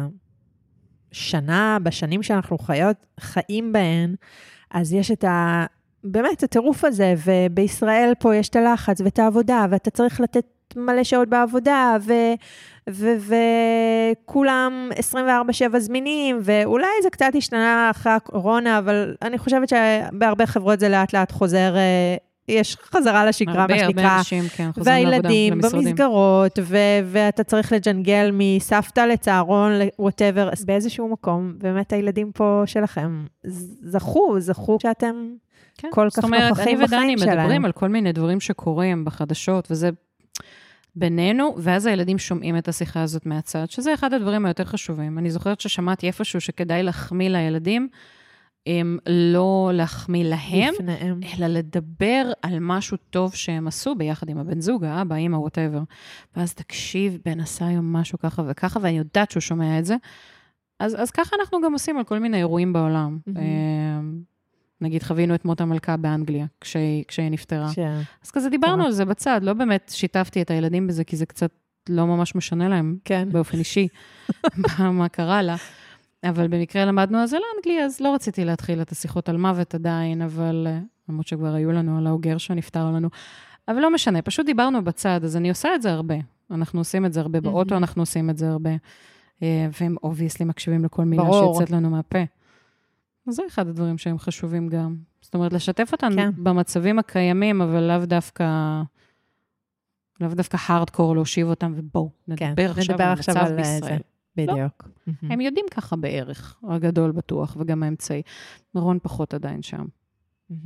Speaker 1: שנה, בשנים שאנחנו חיות, חיים בהן, אז יש את ה... באמת, הטירוף הזה, ובישראל פה יש את הלחץ ואת העבודה, ואתה צריך לתת מלא שעות בעבודה, ו... ו... וכולם עשרים וארבע שבע זמינים, ואולי זה קצת השתנה אחרי הקורונה, אבל אני חושבת שבהרבה חברות זה לאט לאט חוזר... יש חזרה לשגרה,
Speaker 2: הרבה,
Speaker 1: מה שנקרא,
Speaker 2: הרבה אנשים, כן, חוזרים לעבודה,
Speaker 1: והילדים במסגרות, ו- ואתה צריך לג'נגל מסבתא לצהרון, whatever, אז באיזשהו מקום, באמת הילדים פה שלכם זכו, זכו שאתם כן, כל כך נוכחים בחיים שלהם. זאת אומרת, אני ודני מדברים על כל מיני דברים שקורים בחדשות, וזה בינינו, ואז הילדים שומעים את השיחה הזאת מהצד, שזה אחד הדברים היותר חשובים. אני זוכרת ששמעתי איפשהו שכדאי להחמיא לילדים, הם לא להחמיא להם, לפניהם. אלא לדבר על משהו טוב שהם עשו ביחד עם הבן זוג, האבא, אמא, whatever. ואז תקשיב, בן עשה היום משהו ככה וככה, ואני יודעת שהוא שומע את זה. אז, אז ככה אנחנו גם עושים על כל מיני אירועים בעולם. Mm-hmm. נגיד, חווינו את מות המלכה באנגליה, כשהיא, כשהיא נפטרה. ש... אז כזה דיברנו על זה בצד, לא באמת שיתפתי את הילדים בזה, כי זה קצת לא ממש משנה להם, כן. באופן אישי, מה, מה קרה לה. אבל במקרה למדנו על זה לאנגליה, אז לא רציתי להתחיל את השיחות על מוות עדיין, אבל למרות שכבר היו לנו על האוגר שנפטר לנו. אבל לא משנה, פשוט דיברנו בצד, אז אני עושה את זה הרבה. אנחנו עושים את זה הרבה, באוטו אנחנו עושים את זה הרבה. והם obviously מקשיבים לכל מילה שיצאת לנו מהפה. אז זה אחד הדברים שהם חשובים גם. זאת אומרת, לשתף אותנו כן. במצבים הקיימים, אבל לאו דווקא, לאו דווקא הארדקור להושיב אותם, ובואו, נדבר כן, עכשיו נדבר על מצב על בישראל. בדיוק.
Speaker 2: לא? Mm-hmm. הם יודעים ככה בערך, הגדול בטוח, וגם האמצעי. מרון פחות עדיין שם.
Speaker 1: Mm-hmm.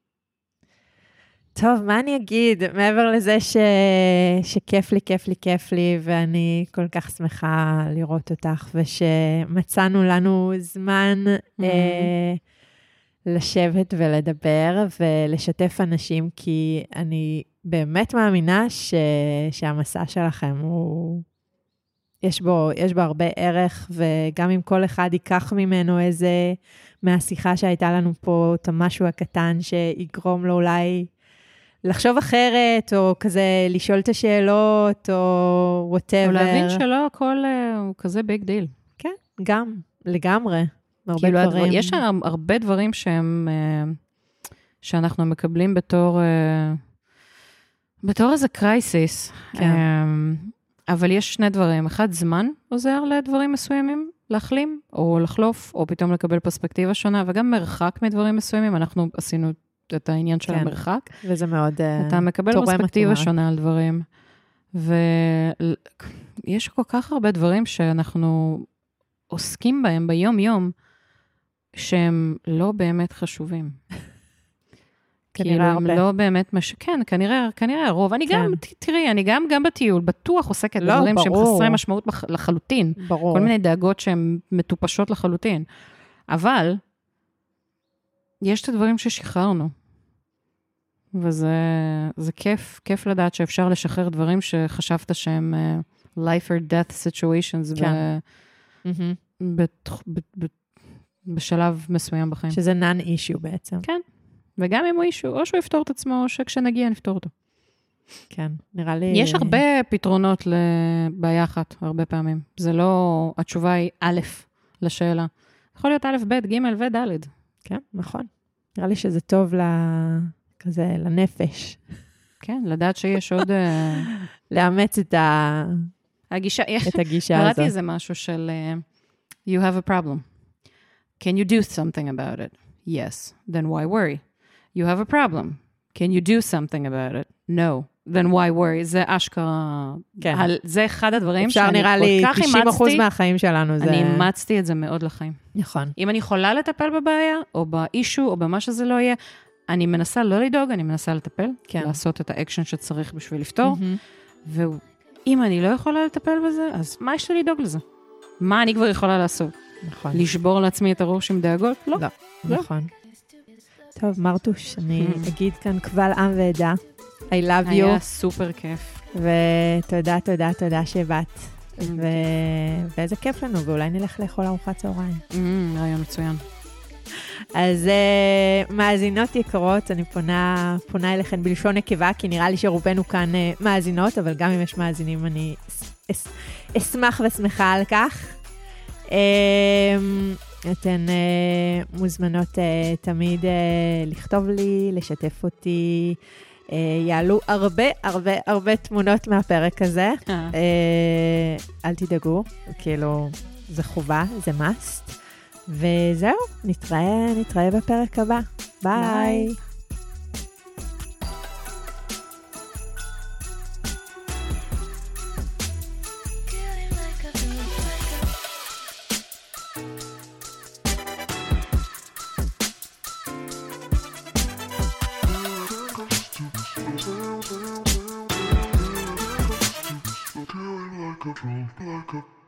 Speaker 1: טוב, מה אני אגיד? מעבר לזה ש... שכיף לי, כיף לי, כיף לי, ואני כל כך שמחה לראות אותך, ושמצאנו לנו זמן mm-hmm. אה, לשבת ולדבר, ולשתף אנשים, כי אני באמת מאמינה ש... שהמסע שלכם הוא... יש בו, יש בו הרבה ערך, וגם אם כל אחד ייקח ממנו איזה, מהשיחה שהייתה לנו פה, את המשהו הקטן שיגרום לו אולי לחשוב אחרת, או כזה לשאול את השאלות, או whatever. או
Speaker 2: להבין שלא, הכל הוא כזה ביג דיל.
Speaker 1: כן, גם, לגמרי. הרבה
Speaker 2: כאילו
Speaker 1: דברים.
Speaker 2: הדבר, יש הרבה דברים שהם, שאנחנו מקבלים בתור, בתור איזה קרייסיס. כן. אבל יש שני דברים. אחד, זמן עוזר לדברים מסוימים, להחלים, או לחלוף, או פתאום לקבל פרספקטיבה שונה, וגם מרחק מדברים מסוימים. אנחנו עשינו את העניין של כן. המרחק.
Speaker 1: וזה מאוד תורם התורה.
Speaker 2: אתה מקבל פרספקטיבה שונה על דברים. ויש כל כך הרבה דברים שאנחנו עוסקים בהם ביום-יום, שהם לא באמת חשובים. כאילו, הם לא באמת, מש... כן, כנראה, כנראה הרוב. אני גם, תראי, אני גם, גם בטיול, בטוח עוסקת בדברים שהם חסרי משמעות לחלוטין. ברור. כל מיני דאגות שהן מטופשות לחלוטין. אבל, יש את הדברים ששחררנו. וזה, זה כיף, כיף לדעת שאפשר לשחרר דברים שחשבת שהם life or death situations
Speaker 1: כן.
Speaker 2: ב... ב... ב... בשלב מסוים בחיים.
Speaker 1: שזה non-issue בעצם.
Speaker 2: כן. וגם אם הוא אישו, או שהוא יפתור את עצמו, או שכשנגיע נפתור אותו.
Speaker 1: כן, נראה לי...
Speaker 2: יש הרבה פתרונות לבעיה אחת, הרבה פעמים. זה לא, התשובה היא א' לשאלה. יכול להיות א', ב', ג' וד'.
Speaker 1: כן, נכון. נראה לי שזה טוב כזה, לנפש.
Speaker 2: כן, לדעת שיש עוד...
Speaker 1: לאמץ את ה...
Speaker 2: הגישה,
Speaker 1: את הגישה הזאת.
Speaker 2: קראתי איזה משהו של, uh, you have a problem. Can you do something about it? Yes. Then why worry? You have a problem. Can you do something about it? No. Then why worry? זה אשכרה...
Speaker 1: כן.
Speaker 2: על, זה אחד הדברים
Speaker 1: אפשר
Speaker 2: שאני
Speaker 1: נראה
Speaker 2: כל
Speaker 1: לי
Speaker 2: כך
Speaker 1: תשעים אחוז
Speaker 2: אימצתי.
Speaker 1: מהחיים שלנו. זה...
Speaker 2: אני אימצתי את זה מאוד לחיים.
Speaker 1: נכון.
Speaker 2: אם אני יכולה לטפל בבעיה, או באישו, או במה שזה לא יהיה, אני מנסה לא לדאוג, אני מנסה לטפל,
Speaker 1: כן.
Speaker 2: לעשות את האקשן שצריך בשביל לפתור,
Speaker 1: Mm-hmm.
Speaker 2: ואם אני לא יכולה לטפל בזה, אז מה יש לי לדאוג לזה? מה אני כבר יכולה לעשות?
Speaker 1: נכון.
Speaker 2: לשבור לעצמי את הראש עם דאגות? לא.
Speaker 1: לא,
Speaker 2: לא.
Speaker 1: נכון. טוב, מרתוש, אני אגיד כאן קבל עם ועדה. I love you.
Speaker 2: היה סופר כיף.
Speaker 1: ותודה, תודה, תודה שבאת. ו... ואיזה כיף לנו, ואולי נלך לאכול ארוחת צהריים.
Speaker 2: רעיון מצוין.
Speaker 1: אז uh, מאזינות יקרות, אני פונה, פונה אליכן בלשון נקבה, כי נראה לי שרובנו כאן uh, מאזינות, אבל גם אם יש מאזינים, אני אס, אשמח ושמחה על כך. Uh, אתן uh, מוזמנות uh, תמיד uh, לכתוב לי, לשתף אותי, uh, יעלו הרבה הרבה הרבה תמונות מהפרק הזה. Uh, אל תדאגו, כאילו, זה חובה, זה must. וזהו, נתראה, נתראה בפרק הבא. ביי.
Speaker 3: Like a, like a